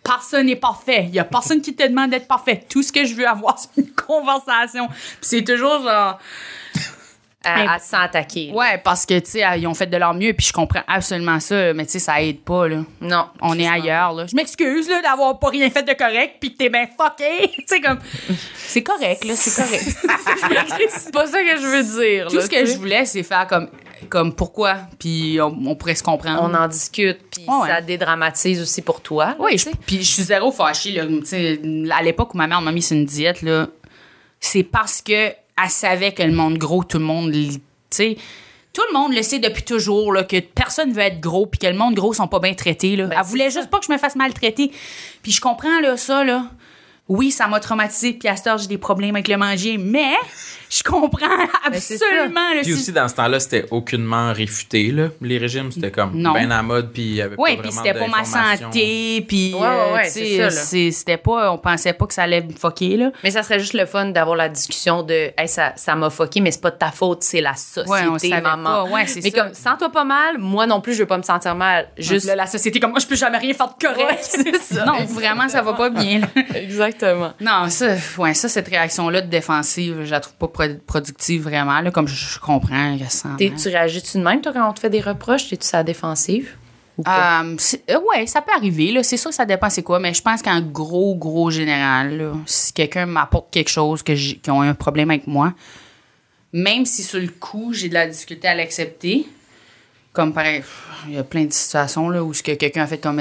personne n'est parfait. Il y a personne qui te demande d'être parfait. Tout ce que je veux avoir, c'est une conversation. Puis c'est toujours genre... À s'attaquer. Ouais, parce que, tu sais, ils ont fait de leur mieux, puis je comprends absolument ça, mais tu sais, ça aide pas, là. Non. On est ailleurs, là. Je m'excuse, là, d'avoir pas rien fait de correct, puis que t'es bien fucké. Tu sais, comme... C'est correct, là, c'est correct. C'est pas ça que je veux dire. Tout là, ce que je voulais, c'est faire comme pourquoi, puis on pourrait se comprendre. On en discute, puis ça dédramatise aussi pour toi. Là, oui, puis je suis zéro fâchée, là. Tu sais, à l'époque où ma mère m'a mis sur une diète, là, c'est parce que elle savait que le monde gros, tout le monde, tu sais, tout le monde le sait depuis toujours, là, que personne veut être gros puis que le monde gros sont pas bien traités, là. Elle voulait juste pas que je me fasse maltraiter. Puis je comprends, là, ça, là. Oui, ça m'a traumatisée, puis à cette heure, j'ai des problèmes avec le manger, mais je comprends absolument. Puis aussi, dans ce temps-là, c'était aucunement réfuté, là. Les régimes, c'était comme bien à mode, puis il y avait pas vraiment d'informations. Oui, puis c'était pas ma santé, puis c'est ça, c'était pas... On pensait pas que ça allait me fucker, là. Mais ça serait juste le fun d'avoir la discussion de « Hey, ça m'a fucké, mais c'est pas de ta faute, c'est la société, maman. » Mais comme, sens-toi pas mal, moi non plus, je veux pas me sentir mal. Juste... Là, la société, comme moi, je peux jamais rien faire de correct. C'est ça. Non, vraiment, ça va pas bien, là. Exactement. Non, ça, cette réaction-là de défensive, je la trouve pas productive vraiment, là, comme je comprends. Tu réagis-tu de même, toi, quand on te fait des reproches? T'es-tu à la défensive? Ouais, ça peut arriver, là. C'est sûr que ça dépend c'est quoi, mais je pense qu'en gros général, là, si quelqu'un m'apporte quelque chose qui ont un problème avec moi, même si sur le coup, j'ai de la difficulté à l'accepter, comme par exemple, il y a plein de situations là, où ce que quelqu'un a fait comme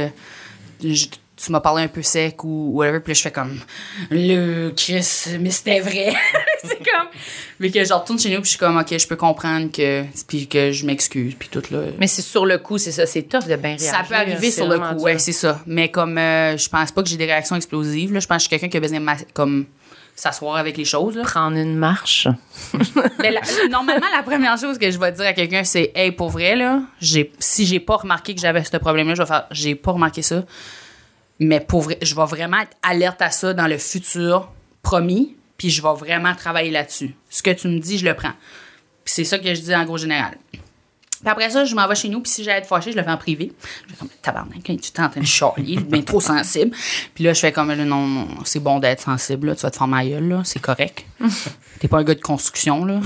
tu m'as parlé un peu sec ou whatever, puis là, je fais comme le Chris, mais c'était vrai. C'est comme. Mais que je retourne chez nous, puis je suis comme, OK, je peux comprendre puis que je m'excuse, puis tout là. Mais c'est sur le coup, c'est ça, c'est tough de bien réagir. Ça peut arriver sur le coup, ouais, c'est ça. Mais comme je pense pas que j'ai des réactions explosives, là, je pense que je suis quelqu'un qui a besoin de comme s'asseoir avec les choses. Là. Prendre une marche. Mais normalement, la première chose que je vais dire à quelqu'un, c'est, hey, pour vrai, là, si j'ai pas remarqué que j'avais ce problème-là, je vais faire, j'ai pas remarqué ça. Mais pour vrai, je vais vraiment être alerte à ça dans le futur, promis, puis je vais vraiment travailler là-dessus. Ce que tu me dis, je le prends. Puis c'est ça que je dis en gros général. Puis après ça, je m'en vais chez nous, puis si j'ai à être fâchée, je le fais en privé. Je fais comme, tabarnak, tu t'es en train de chialer, bien trop sensible. Puis là, je fais comme, non, c'est bon d'être sensible, là, tu vas te faire ma gueule, là, c'est correct. T'es pas un gars de construction, là.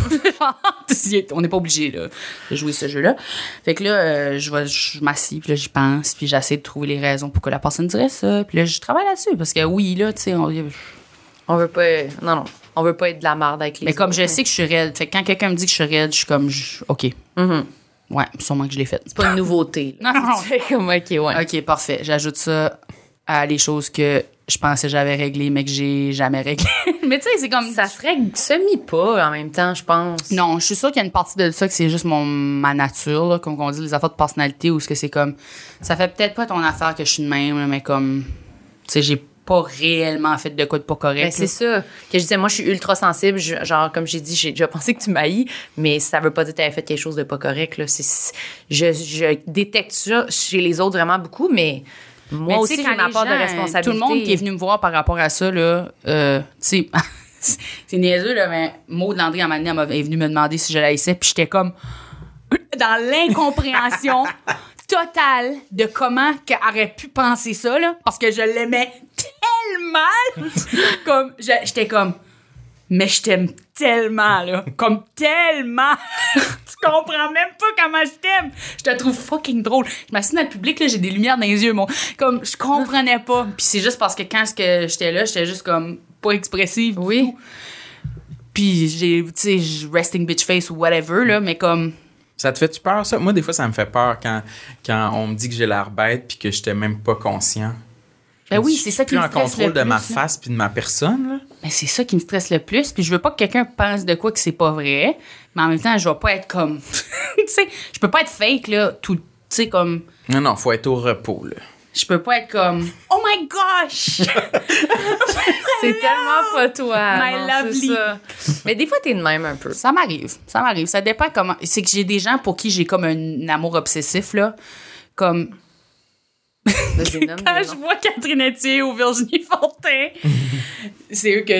On n'est pas obligé, là, de jouer ce jeu-là. Fait que là, je m'assieds, puis là, j'y pense, puis j'essaie de trouver les raisons pour que la personne dirait ça. Puis là, je travaille là-dessus, parce que oui, là, tu sais, on veut pas... Non, on veut pas être de la merde avec les mais autres. comme je sais que je suis raide, fait que quand quelqu'un me dit que je suis raide, je suis comme, OK. Ouais, sûrement que je l'ai fait. C'est pas une nouveauté. Non. Tu fais comme, OK, ouais. OK, parfait. J'ajoute ça à les choses que je pensais que j'avais réglées, mais que j'ai jamais réglées. Mais tu sais, c'est comme... Ça se règle semi-pas en même temps, je pense. Non, je suis sûre qu'il y a une partie de ça que c'est juste ma nature, là, comme on dit, les affaires de personnalité, ou ce que c'est comme... Ça fait peut-être pas ton affaire que je suis de même, là, mais comme... Tu sais, j'ai pas réellement fait de quoi de pas correct. Ben, c'est ça que je disais. Moi, je suis ultra sensible. Genre, comme j'ai dit, j'ai déjà pensé que tu m'haïs, mais ça veut pas dire que tu avais fait quelque chose de pas correct. Là. Je détecte ça chez les autres vraiment beaucoup, mais moi aussi, j'ai ma part de responsabilité. Tout le monde qui est venu me voir par rapport à ça, là, tu sais, c'est niaiseux, là, mais Maud Landry, à un moment donné, elle est venue me demander si je l'haïssais, puis j'étais comme dans l'incompréhension totale de comment qu'elle aurait pu penser ça, là, parce que je l'aimais tellement, comme, j'étais comme, mais je t'aime tellement, là, comme tellement, tu comprends même pas comment je t'aime, je te trouve fucking drôle, je m'assieds dans le public, là, j'ai des lumières dans les yeux, comme, je comprenais pas, puis c'est juste parce que quand j'étais là, j'étais juste comme, pas expressive, oui, puis j'ai, tu sais, resting bitch face ou whatever, là, mais comme... Ça te fait-tu peur, ça? Moi, des fois, ça me fait peur quand on me dit que j'ai l'air bête puis que j'étais même pas conscient. Ben oui, c'est ça qui me stresse le plus. Je suis plus en contrôle de ma face puis de ma personne, là. Ben c'est ça qui me stresse le plus. Puis je veux pas que quelqu'un pense de quoi que c'est pas vrai. Mais en même temps, je vais pas être comme... tu sais, je peux pas être fake, là, tout... Tu sais, comme... Non, faut être au repos, là. Je peux pas être comme... Oh my gosh! C'est tellement pas toi. My non, lovely. Ça. Mais des fois, t'es de même un peu. Ça m'arrive. Ça dépend comment... C'est que j'ai des gens pour qui j'ai comme un amour obsessif, là. Comme... Quand je vois Catherine Etier ou Virginie Fortin, c'est eux que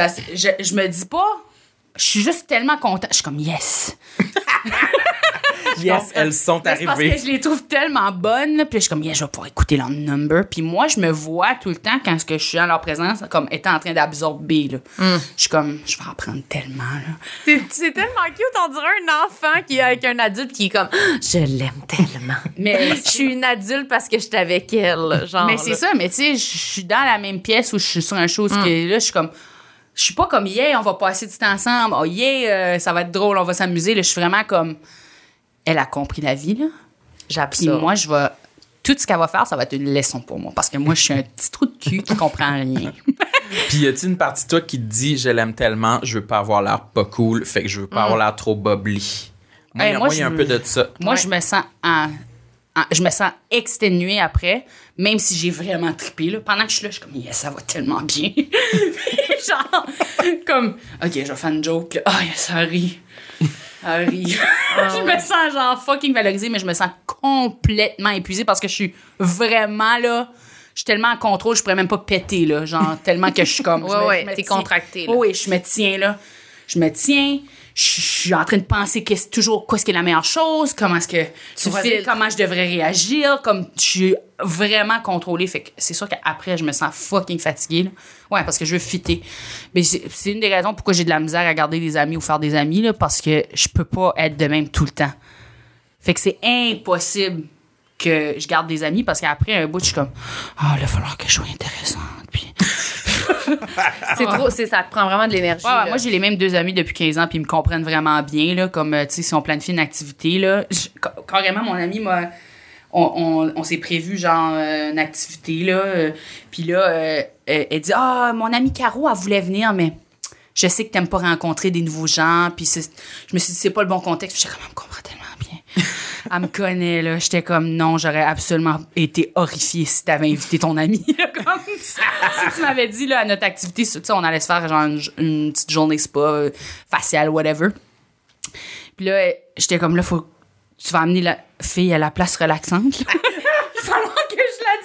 je me dis pas... Je suis juste tellement contente. Je suis comme, yes! Yes, elles sont Mais c'est parce arrivées. que je les trouve tellement bonnes, là, puis je suis comme, yeah, je vais pouvoir écouter leur number. Puis moi, je me vois tout le temps, quand je suis en leur présence, comme étant en train d'absorber. Là. Je suis comme, je vais en prendre tellement. Là. C'est tellement cute, on dirait un enfant qui est avec un adulte qui est comme je l'aime tellement. Mais Je suis une adulte parce que j'étais avec elle, genre. Mais c'est là. ça, mais tu sais, je suis dans la même pièce où je suis sur un show, que là, je suis comme. Je suis pas comme, yeah, on va passer du temps ensemble. Oh, yeah, ça va être drôle, on va s'amuser. Là, je suis vraiment comme. Elle a compris la vie, là. Puis J'absorbe. moi, je vais. Tout ce qu'elle va faire, ça va être une leçon pour moi. Parce que moi, je suis un petit trou de cul qui comprend rien. Puis y a-t-il une partie de toi qui te dit je l'aime tellement, je veux pas avoir l'air pas cool, fait que je veux pas avoir l'air trop bubbly. Moi, Hey, moi, moi, il y a un je- peu de ça. Moi, Ouais. je me sens exténuée après, même si j'ai vraiment trippé. Là. Pendant que je suis là, je suis comme, yes, ça va tellement bien. Puis genre, comme, OK, je vais faire une joke. Puis, oh, yes, ça rit. Ça rit. Je me sens genre fucking valorisée, mais je me sens complètement épuisée parce que je suis vraiment là. Je suis tellement en contrôle, je pourrais même pas péter, là. Genre, tellement que je suis comme. Ouais, t'es contractée, là. Oui, je me tiens, là. Je me tiens. Je suis en train de penser qu'est-ce qui est la meilleure chose, comment est-ce que tu vas fais, dire- comment je devrais réagir, comme je suis vraiment contrôlée. Fait que c'est sûr qu'après, je me sens fucking fatiguée, là. Ouais, parce que je veux fitter. Mais c'est une des raisons pourquoi j'ai de la misère à garder des amis ou faire des amis, là, parce que je peux pas être de même tout le temps. Fait que c'est impossible que je garde des amis parce qu'après, un bout, je suis comme, ah, il va falloir que je sois intéressante. Puis, C'est trop, ça te prend vraiment de l'énergie. ouais, là. moi, j'ai les mêmes 2 amis depuis 15 ans, puis ils me comprennent vraiment bien, là, comme, tu sais, si on planifie une activité, là. Carrément, mon ami m'a. On s'est prévu, genre, une activité, là. Puis là, elle dit, ah, mon amie Caro, elle voulait venir, mais je sais que t'aimes pas rencontrer des nouveaux gens. Puis je me suis dit, c'est pas le bon contexte. Puis j'étais comme, elle me comprend tellement bien. Elle me connaît, là. J'étais comme, non, j'aurais absolument été horrifiée si t'avais invité ton ami. Là, comme ça. Si tu m'avais dit, là, à notre activité, tu sais, on allait se faire, genre, une petite journée spa, faciale, whatever. Puis là, j'étais comme, là, tu vas amener la fille à la place relaxante. Là. Il va falloir que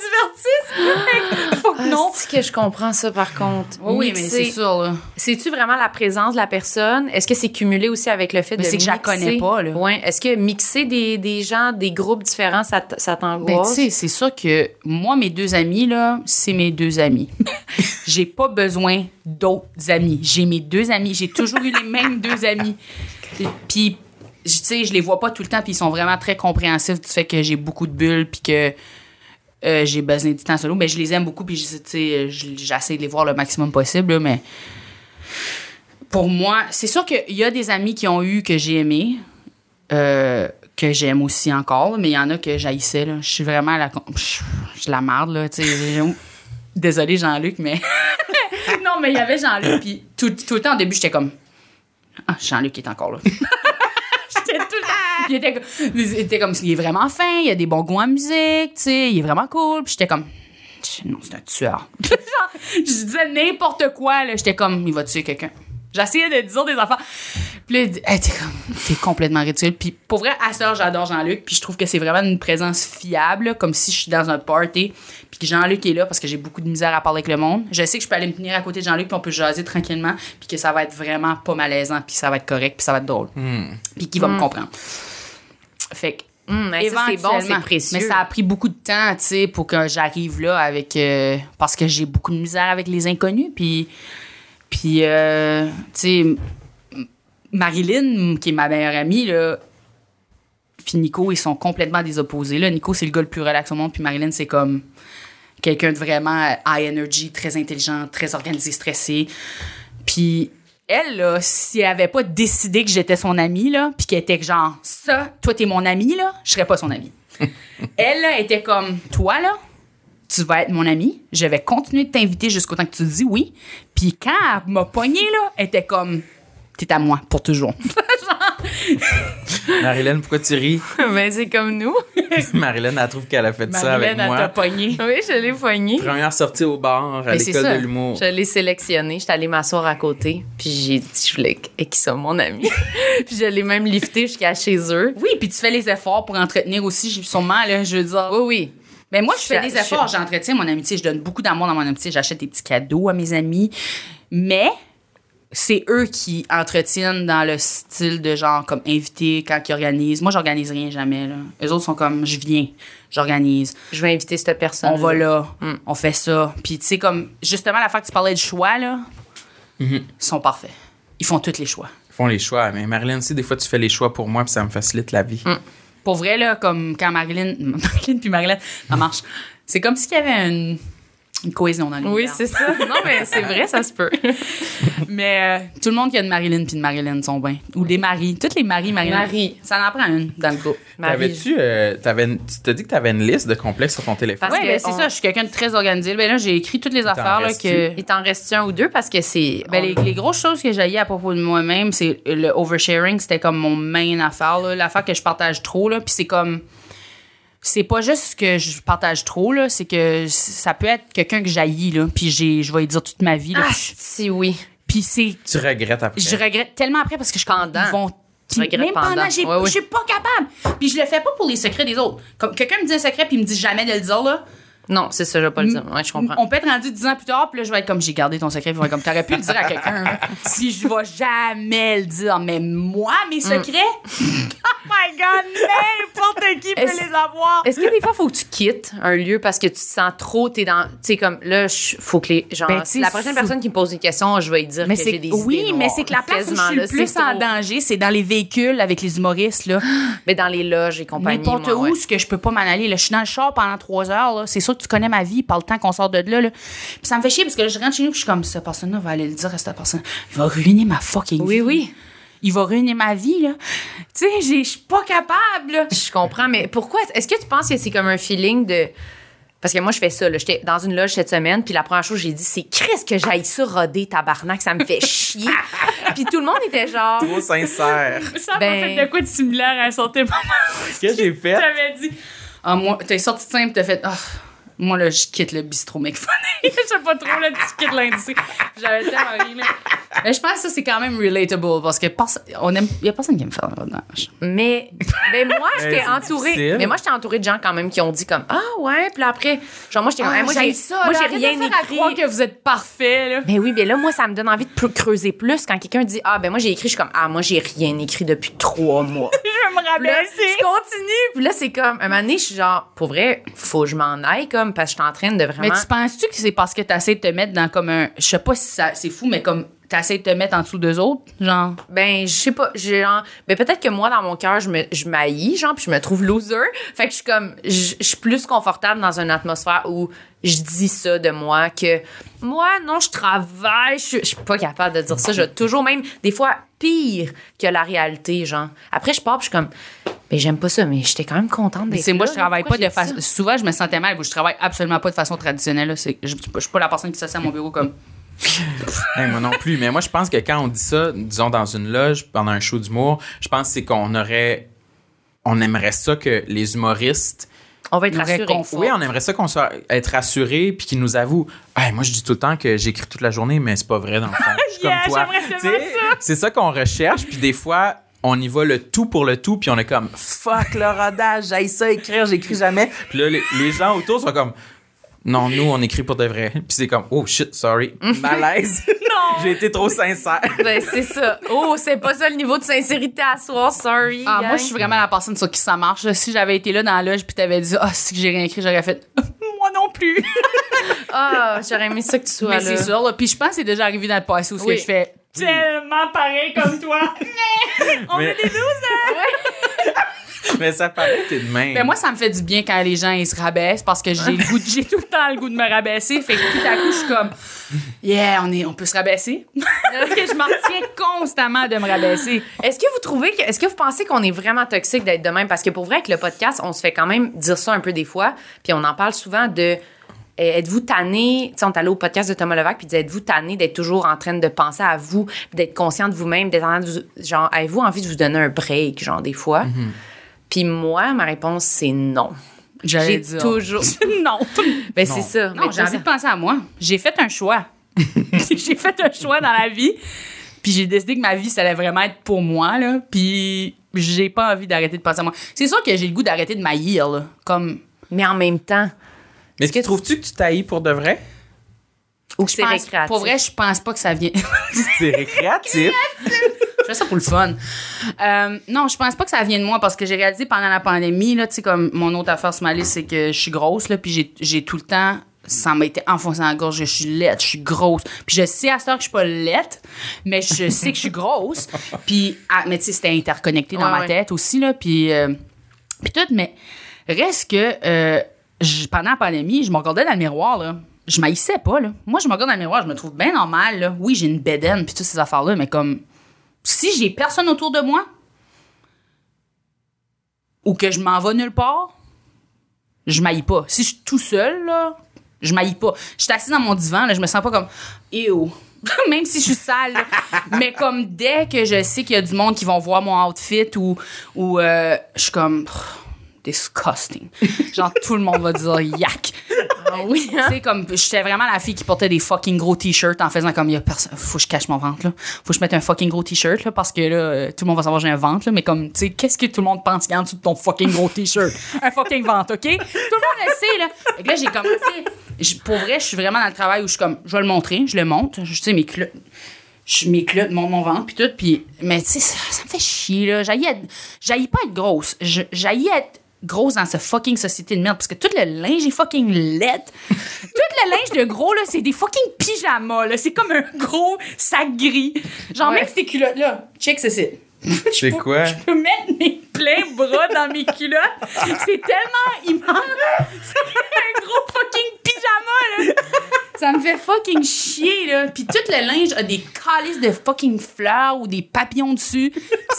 je la divertisse. Faut que non. C'est que je comprends ça, par contre. Oui, mais c'est sûr, là. C'est-tu vraiment la présence de la personne? Est-ce que c'est cumulé aussi avec le fait Mais de c'est que je la mixer? connais pas, là. Ouais. Est-ce que mixer des gens, des groupes différents, ça Ben, t'angoisse? tu sais, c'est sûr que moi, mes 2 amis, là, c'est mes 2 amis. J'ai pas besoin d'autres amis. J'ai mes 2 amis. J'ai toujours eu les mêmes 2 amis. Puis, tu sais, je les vois pas tout le temps, puis ils sont vraiment très compréhensifs du fait que j'ai beaucoup de bulles, puis que j'ai besoin du temps solo. Mais je les aime beaucoup, puis tu sais, j'essaie de les voir le maximum possible, là, mais pour moi, c'est sûr qu'il y a des amis qui ont eu que j'ai aimé, que j'aime aussi encore, mais il y en a que j'haïssais, là. Je suis vraiment je la marde, là, tu sais. Désolée, Jean-Luc, mais... non, mais il y avait Jean-Luc, puis tout le temps, au début, j'étais comme... Ah, Jean-Luc est encore là. J'étais tout le temps... Il était comme... Il est vraiment fin, il a des bons goûts en musique, tu sais, il est vraiment cool, puis j'étais comme... Non, c'est un tueur. Genre, je disais n'importe quoi, là. J'étais comme, il va tuer quelqu'un. J'essayais de dire des affaires. Puis là, hey, t'es complètement ridicule. Puis pour vrai, à cette heure, j'adore Jean-Luc. Puis je trouve que c'est vraiment une présence fiable, là, comme si je suis dans un party. Puis que Jean-Luc est là parce que j'ai beaucoup de misère à parler avec le monde. Je sais que je peux aller me tenir à côté de Jean-Luc, puis on peut jaser tranquillement. Puis que ça va être vraiment pas malaisant, puis ça va être correct, puis ça va être drôle. Puis qu'il va me comprendre. Fait que Mais ça, c'est bon, c'est précieux. mais ça a pris beaucoup de temps, tu sais, pour que j'arrive là avec... parce que j'ai beaucoup de misère avec les inconnus, puis tu sais, Marilyn, qui est ma meilleure amie, là, puis Nico, ils sont complètement des opposés, là. Nico, c'est le gars le plus relax au monde, puis Marilyn, c'est comme quelqu'un de vraiment high energy, très intelligent, très organisé, stressé. Puis elle, là, si elle avait pas décidé que j'étais son amie, là, puis qu'elle était genre, ça, toi, t'es mon amie, là, je serais pas son amie. Elle, là, était comme, toi, là, tu vas être mon amie, je vais continuer de t'inviter jusqu'au temps que tu dis oui. Puis quand elle m'a pognée, là, elle était comme, t'es à moi pour toujours. Marilyn, pourquoi tu ris? Mais c'est comme nous. Marilyn, elle trouve qu'elle a fait ça avec Marilyn, elle t'a moi. pogné. Oui, je l'ai poigné. Première sortie au bar à Mais c'est l'école ça. de l'humour. Je l'ai sélectionné. J'étais allée m'asseoir à côté. Puis j'ai dit, je voulais qu'il soit mon ami. Puis je l'ai même lifté jusqu'à chez eux. Oui, puis tu fais les efforts pour entretenir aussi, sûrement, là, je veux dire. Oui, oui. Mais moi, je fais Je- des efforts, j'entretiens mon amitié, je donne beaucoup d'amour dans mon amitié, j'achète des petits cadeaux à mes amis. Mais c'est eux qui entretiennent dans le style de genre comme invité quand ils organisent. Moi, j'organise rien jamais, là. Eux autres sont comme, je viens, j'organise. Je vais inviter cette personne. On va là, on fait ça. Puis tu sais, comme, justement, la fois que tu parlais du choix, là, ils sont parfaits. Ils font tous les choix. Ils font les choix. Mais Marilyn, tu sais, des fois, tu fais les choix pour moi puis ça me facilite la vie. Pour vrai, là, comme quand Marilyn puis Marilyn, ça marche. C'est comme s'il y avait une cohésion dans l'univers. Oui, c'est ça. Non, mais c'est vrai, ça se peut. Mais tout le monde qui a une Marilyn puis une Marilyn sont bien. Ou des Maries. Toutes les Maries, Marilyn. Marie. Ça en prend une dans le groupe. Tu t'as dit que tu avais une liste de complexes sur ton téléphone? Parce Oui, que c'est ça. Je suis quelqu'un de très organisé. Ben là, j'ai écrit toutes les affaires. Là, que... Il t'en reste un ou deux parce que c'est... Ben, les grosses choses que j'ai à propos de moi-même, c'est le oversharing. C'était comme mon main affaire. Là. L'affaire que je partage trop. Là, puis c'est comme... C'est pas juste que je partage trop, là, c'est que ça peut être quelqu'un que j'haïs, là, puis je vais lui dire toute ma vie. Là, si oui. Puis c'est... Tu regrettes après? Je regrette tellement après parce que je suis Pendant. Ils vont... Même pendant, je suis pas capable. Puis je le fais pas pour les secrets des autres. Comme quelqu'un me dit un secret puis il me dit jamais de le dire, là. Non, c'est ça, je vais pas le dire. Ouais, je comprends. On peut être rendu 10 ans plus tard, puis là, je vais être comme, j'ai gardé ton secret, puis je vais être comme, t'aurais pu le dire à quelqu'un. Hein. Si je vais jamais le dire, mais moi, mes secrets, oh my God, n'importe qui peut les avoir. Est-ce que des fois, il faut que tu quittes un lieu parce que tu te sens trop, t'es dans, tu sais, comme, là, faut que les, genre, Ben, la prochaine personne qui me pose une question, je vais lui dire que j'ai des idées Oui, mais noires, c'est que la place où je quasiment, suis le là, plus c'est en trop. danger, c'est dans les véhicules avec les humoristes, là. Mais dans les loges et compagnie. N'importe moi, où, ouais. ce que je peux pas m'en aller. Là, je suis dans le char pendant 3 heures. Là. C'est sûr que tu connais ma vie par le temps qu'on sort de là. Puis ça me fait chier parce que là, je rentre chez nous et je suis comme, cette personne-là va aller le dire à cette personne. Il va ruiner ma fucking vie. Oui. Il va ruiner ma vie, là. Tu sais, je suis pas capable, là. Je comprends, mais pourquoi? Est-ce que tu penses que c'est comme un feeling de... Parce que moi, je fais ça, là. J'étais dans une loge cette semaine, puis la première chose que j'ai dit, c'est « Christ que j'aille ça roder, tabarnak, ça me fait chier. » Puis tout le monde était genre... Trop sincère. Ça m'a Ben- fait de quoi de similaire à un certain moment? Qu'est-ce que j'ai fait? T'avais dit... Ah, moi, t'es sorti de simple, t'as fait... Ah, moi, là, je quitte le bistrot McFunny. Je sais pas trop, là, tu quittes l'industrie. J'avais tellement ri, là. Mais je pense que ça, c'est quand même relatable parce que y a personne qui aime faire le rodage. Mais moi, j'étais c'est entourée. difficile. Mais moi, j'étais entourée de gens quand même qui ont dit comme « Ah ouais », puis là, après, genre moi, j'étais comme moi, j'aime ça. moi, là, j'ai arrête rien de faire à croire écrit. que vous êtes parfait, là. Mais oui, mais là, moi, ça me donne envie de creuser plus quand quelqu'un dit « Ah, ben moi, j'ai écrit », je suis comme « Ah, moi, j'ai rien écrit depuis 3 mois. » Je vais me Là, rabaisser. je continue. Puis là, c'est comme, un moment donné, je suis genre, pour vrai, faut que je m'en aille, comme, parce que je suis en train de vraiment. Mais tu penses-tu que c'est parce que t'essaies de te mettre dans comme un... Je sais pas si c'est fou, mais comme t'essaies de te mettre en dessous d'eux autres, genre... Ben, je sais pas, genre, ben peut-être que moi, dans mon cœur, je m'haïs, genre, puis je me trouve loser. Fait que je suis comme, je suis plus confortable dans une atmosphère où je dis ça de moi que moi, non, je travaille, je suis pas capable de dire ça. Je vais toujours, même, des fois, pire que la réalité, genre. Après, je pars, puis je suis comme, ben, j'aime pas ça, mais j'étais quand même contente d'être C'est moi, là, je travaille pourquoi pas de j'ai dit façon... ça? Souvent, je me sentais mal, je travaille absolument pas de façon traditionnelle, là. Je suis pas la personne qui s'assied à mon bureau comme... Hey, moi non plus. Mais moi, je pense que quand on dit ça, disons, dans une loge, pendant un show d'humour, je pense que c'est qu'on aimerait ça que les humoristes... On va être Nous rassurés. réconfortent. Oui, on aimerait ça qu'on soit être rassurés puis qu'ils nous avouent. Hey, moi, je dis tout le temps que j'écris toute la journée, mais c'est pas vrai dans le fond. Je suis Yeah, comme toi. j'aimerais Tu tellement sais, c'est ça qu'on recherche. Puis des fois, on y va le tout pour le tout, puis on est comme fuck le rodage, j'aille ça écrire, j'écris jamais. Puis là, les gens autour sont comme non, nous, on écrit pour de vrai. Puis c'est comme oh shit, sorry, malaise. Non! J'ai été trop sincère. Ben, c'est ça. Oh, c'est pas ça le niveau de sincérité à soir, sorry. Ah, gang. moi, je suis vraiment la personne sur qui ça marche. là. Si j'avais été là dans la loge puis t'avais dit, si j'ai rien écrit, j'aurais fait, moi non plus. Ah, j'aurais aimé ça que tu sois Mais là. c'est sûr, là. Puis je pense que c'est déjà arrivé dans le passé où Oui. je fais tellement pareil comme toi. On Mais- est des losers. Mais ça paraît que t'es de même. Mais moi, ça me fait du bien quand les gens ils se rabaissent parce que j'ai tout le temps le goût de me rabaisser. Fait que tout à coup, je suis comme, yeah, on peut se rabaisser. Parce que je m'en retiens constamment de me rabaisser. Est-ce que vous pensez qu'on est vraiment toxique d'être de même? Parce que pour vrai, avec le podcast, on se fait quand même dire ça un peu des fois. Puis on en parle souvent de... êtes-vous tanné, tu sais, on est allé au podcast de Thomas Levac, puis il disait, êtes-vous tanné d'être toujours en train de penser à vous, puis d'être conscient de vous-même, d'être en train de genre, avez-vous envie de vous donner un break, genre, des fois? Puis moi, ma réponse, c'est non. J'allais J'ai dire. toujours... Non. Ben, Non. c'est ça. Non, j'ai envie de penser à moi. J'ai fait un choix. J'ai fait un choix dans la vie. Puis j'ai décidé que ma vie, ça allait vraiment être pour moi, là. Puis j'ai pas envie d'arrêter de penser à moi. C'est sûr que j'ai le goût d'arrêter de m'haïr, là. Comme... Mais en même temps... Mais trouves-tu que tu t'haïs pour de vrai? Ou que c'est récréatif. Pour vrai, je pense pas que ça vient... C'est récréatif. Je fais ça pour le fun. Non, je pense pas que ça vient de moi parce que j'ai réalisé pendant la pandémie, là, tu sais, comme mon autre affaire sur ma liste, c'est que je suis grosse, là, puis j'ai tout le temps... Ça m'a été enfoncé dans la gorge, je suis laide, je suis grosse. Puis je sais à cette heure que je suis pas laide, mais je sais que je suis grosse. Puis, mais tu sais, c'était interconnecté dans ma tête aussi, là. Puis tout, mais reste que pendant la pandémie, je me regardais dans le miroir, là. Je m'haïssais pas, là. Moi, je me regarde dans le miroir, je me trouve bien normal, là. Oui, j'ai une bédaine, puis toutes ces affaires-là, mais comme... Si j'ai personne autour de moi, ou que je m'en vais nulle part, je m'haïs pas. Si je suis tout seul, là... Je m'haïs pas. Je suis assise dans mon divan, là, je me sens pas comme « Ew ». Même si je suis sale. Là. Mais comme dès que je sais qu'il y a du monde qui vont voir mon outfit ou je suis comme « disgusting ». Genre, tout le monde va dire « yak ». Oui, hein? Tu sais, comme j'étais vraiment la fille qui portait des fucking gros t-shirts en faisant comme il y a personne. Faut que je cache mon ventre, là. Faut que je mette un fucking gros t-shirt, là, parce que là, tout le monde va savoir que j'ai un ventre, là. Mais comme, tu sais, qu'est-ce que tout le monde pense qu'il y a en dessous de ton fucking gros t-shirt? Un fucking ventre, OK? Tout le monde le sait, là. Fait que là, j'ai commencé. Pour vrai, je suis vraiment dans le travail où je suis comme, je vais le montrer, je le monte. Je sais, mes culottes montent mon ventre, puis tout. Puis, mais tu sais, ça me fait chier, là. J'haïs pas être grosse. J'haïs être grosse dans cette fucking société de merde parce que tout le linge est fucking laid. Tout le linge de gros, là, c'est des fucking pyjamas, là. C'est comme un gros sac gris. Genre, même ces culottes-là, check ceci. C'est quoi? Je peux mettre mes pleins bras dans mes culottes. C'est tellement immense. C'est un gros fucking pyjama, là. Ça me fait fucking chier, là. Puis tout le linge a des calices de fucking fleurs ou des papillons dessus.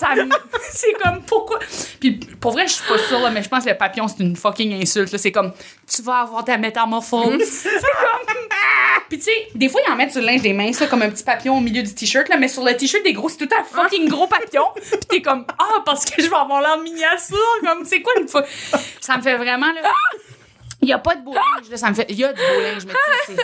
C'est comme, pourquoi? Puis pour vrai, je suis pas sûre, là, mais je pense que le papillon, c'est une fucking insulte, là. C'est comme, tu vas avoir ta métamorphose. C'est comme... Puis tu sais, des fois, ils en mettent sur le linge des minces, là, comme un petit papillon au milieu du t-shirt, là, mais sur le t-shirt des gros, c'est tout un fucking gros papillon. Puis t'es comme, parce que je vais avoir l'air miniature. Comme, c'est quoi une fois? Ça me fait vraiment, là... Il n'y a pas de beau linge, là, ça me fait... Il y a du beau linge, mais tu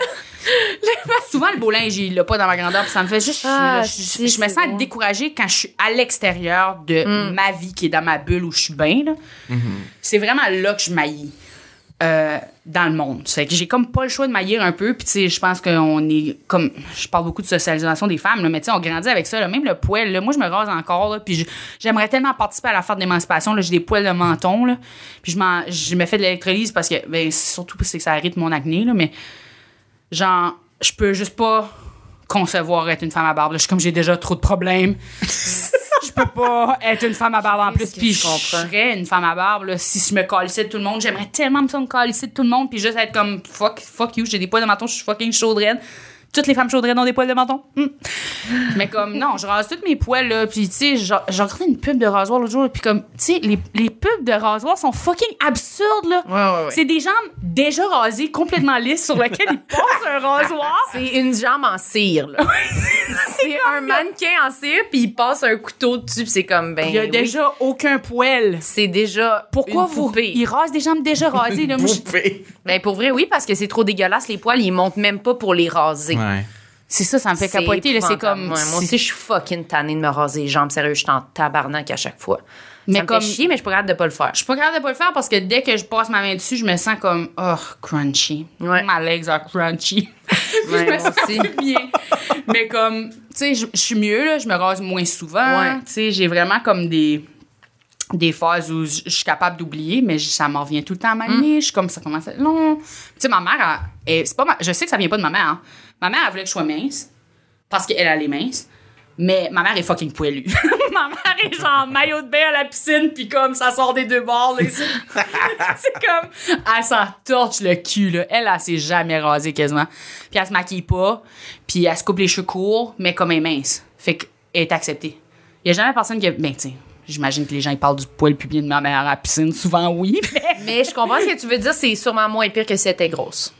sais, souvent, le beau linge, il l'a pas dans ma grandeur, puis ça me fait juste... je me sens découragée quand je suis à l'extérieur de ma vie, qui est dans ma bulle où je suis bien, là. C'est vraiment là que je m'haïs. Dans le monde. C'est que j'ai comme pas le choix de m'haïr un peu. Puis, tu sais, je pense qu'on est comme. Je parle beaucoup de socialisation des femmes, là, mais tu sais, on grandit avec ça. Là, même le poil, là, moi, je me rase encore. Là, puis, j'aimerais tellement participer à la fête d'émancipation. Là, j'ai des poils de menton. Là, puis, je me fais de l'électrolyse parce que. Ben, surtout parce que ça arrête mon acné. Là, mais, genre, je peux juste pas concevoir être une femme à barbe. Là, je suis comme, j'ai déjà trop de problèmes. Je peux pas être une femme à barbe en plus, puis je serais une femme à barbe, là, si je me calissais de tout le monde. J'aimerais tellement me calisser de tout le monde, puis juste être comme fuck you, j'ai des poils de menton, je suis fucking chaudrette. Toutes les femmes chaudrées ont des poils de menton. Mais comme, non, je rase tous mes poils, là. Puis, tu sais, j'ai regardé une pub de rasoir l'autre jour. Puis, comme, tu sais, les pubs de rasoir sont fucking absurdes, là. Ouais. C'est des jambes déjà rasées, complètement lisses, sur lesquelles ils passent un rasoir. C'est une jambe en cire, là. C'est un mannequin en cire, puis il passe un couteau dessus, puis c'est comme, ben. Il y a déjà aucun poil. C'est déjà. Pourquoi ils rasent des jambes déjà rasées, là? Ben, pour vrai, oui, parce que c'est trop dégueulasse, les poils, ils montent même pas pour les raser. Ouais. C'est ça, ça me fait capoter. Là, c'est comme... Ouais, moi aussi, je suis fucking tannée de me raser les jambes. Sérieux, je suis en tabarnak à chaque fois. Mais ça me fait chier, mais je suis pas capable de pas le faire. Je suis pas capable de pas le faire parce que dès que je passe ma main dessus, je me sens comme, crunchy. Ouais. My legs are crunchy. Ouais, je me sens plus bien. Mais comme, tu sais, je suis mieux, là. Je me rase moins souvent. Ouais. Tu sais, j'ai vraiment comme des phases où je suis capable d'oublier, mais ça m'en revient tout le temps à m'amener. Je suis comme, ça commence à être long. Tu sais, ma mère, je sais que ça vient pas de ma mère, hein. Ma mère, elle voulait que je sois mince parce qu'elle est mince. Mais ma mère est fucking poilue. Ma mère est genre maillot de bain à la piscine, puis comme ça sort des deux bords. Là, c'est comme... Elle s'en torche le cul, là. Elle s'est jamais rasée quasiment. Puis elle se maquille pas, puis elle se coupe les cheveux courts, mais comme elle est mince. Fait qu'elle est acceptée. Il y a jamais personne qui... Ben, tu sais, j'imagine que les gens ils parlent du poil pubien de ma mère à la piscine. Souvent, oui. Mais je comprends ce que tu veux dire. C'est sûrement moins pire que si elle était grosse.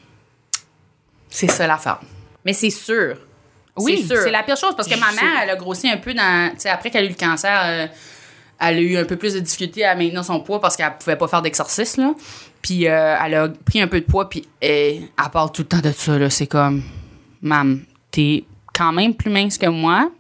C'est ça l'affaire. Mais c'est sûr. Oui, c'est la pire chose parce que ma mère, elle a grossi un peu dans... Tu sais, après qu'elle a eu le cancer, elle a eu un peu plus de difficulté à maintenir son poids parce qu'elle pouvait pas faire d'exercice, là. Puis elle a pris un peu de poids, puis elle parle tout le temps de ça, là. C'est comme, Mam, t'es quand même plus mince que moi.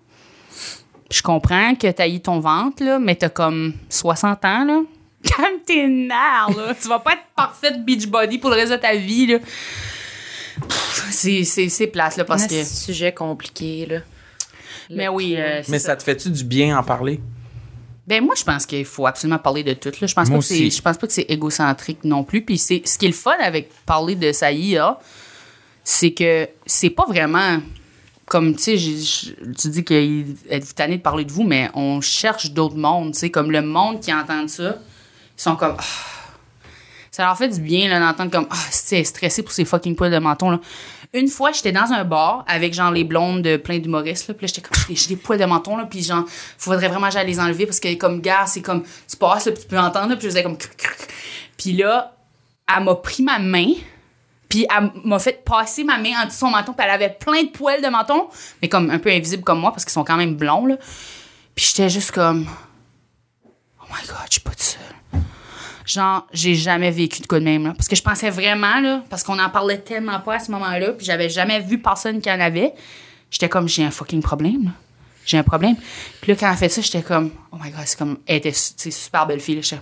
Je comprends que t'as eu ton ventre, là, mais t'as comme 60 ans, là. Calme tes nerfs, là. Tu vas pas être parfaite beach body pour le reste de ta vie, là. C'est plate, là, parce que... C'est un sujet compliqué, là. Mais oui, c'est Mais ça te fait-tu du bien en parler? Ben moi, je pense qu'il faut absolument parler de tout. Là. Je pense pas que c'est égocentrique non plus. Puis ce qui est le fun avec parler de sa IA, c'est que c'est pas vraiment comme, tu sais, tu dis que êtes-vous tanné de parler de vous, mais on cherche d'autres mondes, tu sais, comme le monde qui entend ça, ils sont comme... Ça leur fait du bien là, d'entendre comme c'est stressé pour ces fucking poils de menton là. Une fois, j'étais dans un bar avec genre les blondes de plein d'humoristes là, puis là j'étais comme j'ai des poils de menton là, puis genre faudrait vraiment que j'aille les enlever parce que comme gars, c'est comme tu passes là, puis tu peux entendre là, puis je faisais comme puis là, elle m'a pris ma main, puis elle m'a fait passer ma main en dessous de son menton, puis elle avait plein de poils de menton, mais comme un peu invisibles comme moi parce qu'ils sont quand même blonds là. Puis j'étais juste comme oh my god, je suis pas toute seule. Genre, j'ai jamais vécu de quoi de même, là. Parce que je pensais vraiment, là, parce qu'on en parlait tellement pas à ce moment-là, puis j'avais jamais vu personne qui en avait. J'étais comme, j'ai un fucking problème, là. J'ai un problème. Puis là, quand elle a fait ça, j'étais comme, oh my god, c'est comme, elle était, super belle fille, là. J'étais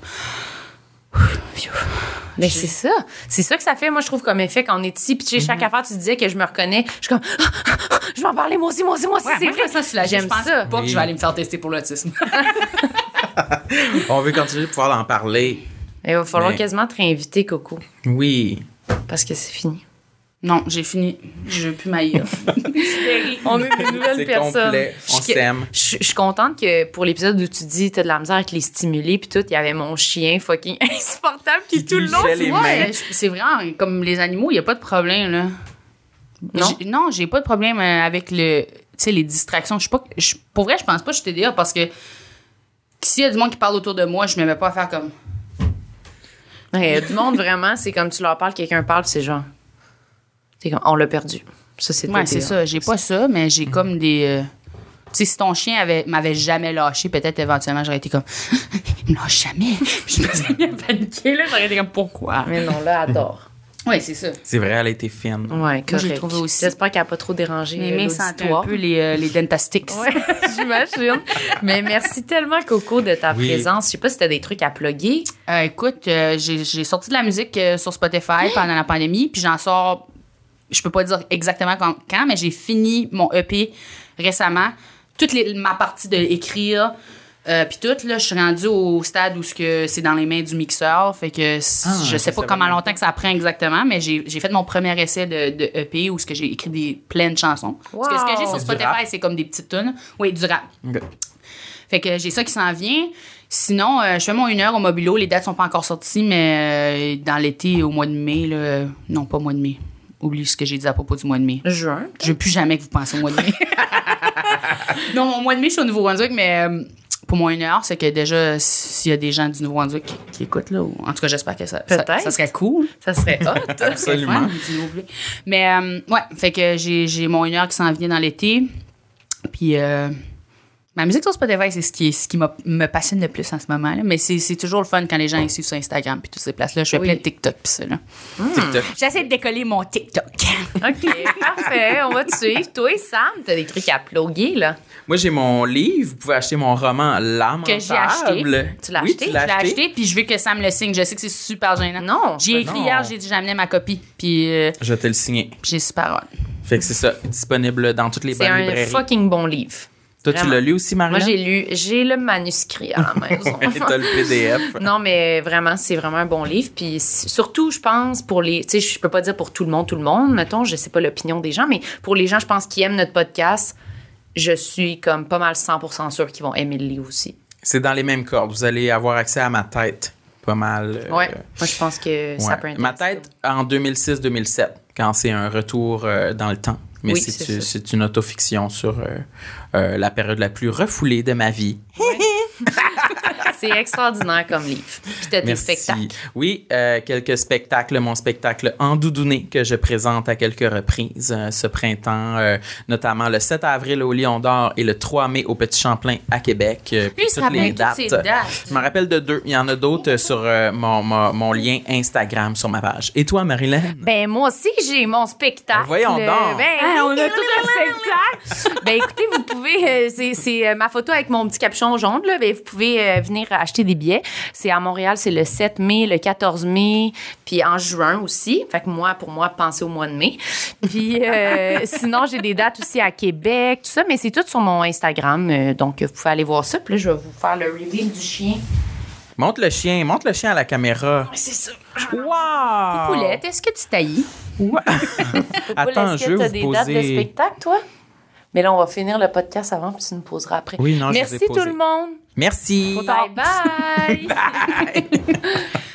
Mais c'est ça. C'est ça que ça fait, moi, je trouve, comme effet quand on est ici. Puis, tu sais, chaque affaire, tu disais que je me reconnais. Je suis comme, je vais en parler, moi aussi, ouais, c'est moi, vrai. ça, j'aime J'aime ça. ça. Pas que je vais aller me faire tester pour l'autisme. On veut continuer de pouvoir en parler. Il va falloir quasiment te réinviter, Coco. Oui. Parce que c'est fini. Non, j'ai fini. Je veux plus m'haïr. On est des nouvelles C'est personnes. complet. On s'aime. Je suis contente que pour l'épisode où tu dis t'as de la misère avec les stimulés puis tout, il y avait mon chien fucking insupportable qui tout le long. touchait les mains. Ouais, c'est vraiment comme les animaux, il y a pas de problème là. Non? J'ai pas de problème avec les distractions. Pour vrai, je pense pas que je suis TDA parce que s'il y a du monde qui parle autour de moi, je me mets pas à faire comme... Il y a du monde vraiment, c'est comme tu leur parles, quelqu'un parle, c'est genre... C'est comme, on l'a perdu. Ça, c'est Ouais, c'est ça. J'ai pas ça, mais j'ai comme des... tu sais, si ton chien m'avait jamais lâché, peut-être éventuellement, j'aurais été comme... Il me lâche jamais. Je me suis mis à paniquer, là. J'aurais été comme, pourquoi? Mais non, là, adore. Oui, c'est ça. C'est vrai, elle a été fine. Ouais, correct. j'ai trouvé aussi. J'espère qu'elle n'a pas trop dérangé Mes mains sentaient un l'auditoire. peu les Dentastics. Ouais, j'imagine. Mais merci tellement, Coco, de ta Oui. présence. Je sais pas si t'as des trucs à plugger. Écoute, j'ai sorti de la musique sur Spotify pendant la pandémie, puis j'en sors, je peux pas dire exactement quand, mais j'ai fini mon EP récemment. Ma partie de écrire, puis tout, là, je suis rendue au stade où c'est dans les mains du mixeur, fait que je sais pas comment longtemps que ça prend exactement, mais j'ai fait mon premier essai de EP où j'ai écrit plein de chansons. Parce que ce que j'ai sur Du Spotify, rap? c'est comme des petites tunes. Oui, du rap. OK. Fait que j'ai ça qui s'en vient. Sinon, je fais mon 1 heure au Mobilo. Les dates sont pas encore sorties, mais dans l'été, au mois de mai, là, non, pas au mois de mai. Oublie ce que j'ai dit à propos du mois de mai. Juin. Je veux plus jamais que vous pensiez au mois de mai. Non, au mois de mai, je suis au Nouveau-Brunswick, mais pour mon 1 heure, c'est que déjà, s'il y a des gens du Nouveau-Brunswick qui écoutent, là, en tout cas, j'espère que ça serait cool. Ça serait hot. Absolument. Mais, ouais, fait que j'ai mon 1 heure qui s'en vient dans l'été. Puis, ma musique sur Spotify, c'est ce qui me passionne le plus en ce moment. Là. Mais c'est toujours le fun quand les gens ils suivent sur Instagram puis toutes ces places-là. Je fais plein de TikTok pis ça. Là. TikTok. J'essaie de décoller mon TikTok. OK, parfait. On va te suivre. Toi et Sam, t'as des trucs à plugger, là. Moi, j'ai mon livre. Vous pouvez acheter mon roman Lamentable. Que j'ai acheté. Tu l'as Oui, acheté? tu Je l'as l'ai acheté puis je veux que Sam le signe. Je sais que c'est super gênant. Non. J'ai écrit non. hier, j'ai dit j'amenais ma copie. Puis Je vais te le signer. j'ai super hâte. Fait que c'est ça. Disponible dans toutes les C'est bonnes un librairies. fucking bon livre. Toi, tu Vraiment. l'as lu aussi, Marilyn? Moi, j'ai le manuscrit à la maison. T'as le PDF. Non, mais vraiment, c'est vraiment un bon livre. Puis surtout, je pense, pour les... Tu sais, je peux pas dire pour tout le monde, mettons, je sais pas l'opinion des gens, mais pour les gens, je pense, qui aiment notre podcast, je suis comme pas mal 100% sûre qu'ils vont aimer le livre aussi. C'est dans les mêmes cordes. Vous allez avoir accès à ma tête. Pas mal. Ouais. Moi, je pense que ça ouais. peut être... Ma tête en 2006-2007, quand c'est un retour dans le temps. Mais Oui, c'est ça. c'est une autofiction sur la période la plus refoulée de ma vie. C'est extraordinaire comme livre. Puis t'as des Merci. spectacles. Oui, quelques spectacles. Mon spectacle Endoudounné que je présente à quelques reprises ce printemps, notamment le 7 avril au Lion d'Or et le 3 mai au Petit Champlain à Québec. Puis il se rappelle toutes ces dates. Je me rappelle de 2. Il y en a d'autres sur mon lien Instagram sur ma page. Et toi, Marilyn? Ben, moi aussi, j'ai mon spectacle. Voyons donc. Ben, on a tout un spectacle. Ben, écoutez, vous pouvez... c'est ma photo avec mon petit capuchon jaune, là. Ben, vous pouvez venir acheter des billets. C'est à Montréal, c'est le 7 mai, le 14 mai, puis en juin aussi. Fait que pour moi, pensez au mois de mai. Puis sinon, j'ai des dates aussi à Québec, tout ça, mais c'est tout sur mon Instagram. Donc, vous pouvez aller voir ça. Puis là, je vais vous faire le reveal du chien. Montre le chien à la caméra. C'est ça. Wow! Poulette, est-ce que tu taillis? Ouais. Attends, est-ce je que vais tu as vous des poser... dates de spectacle, toi? Mais là, on va finir le podcast avant, puis tu nous poseras après. Oui, non, je Merci vous ai posé. tout le monde. Merci. Bye bye. Bye.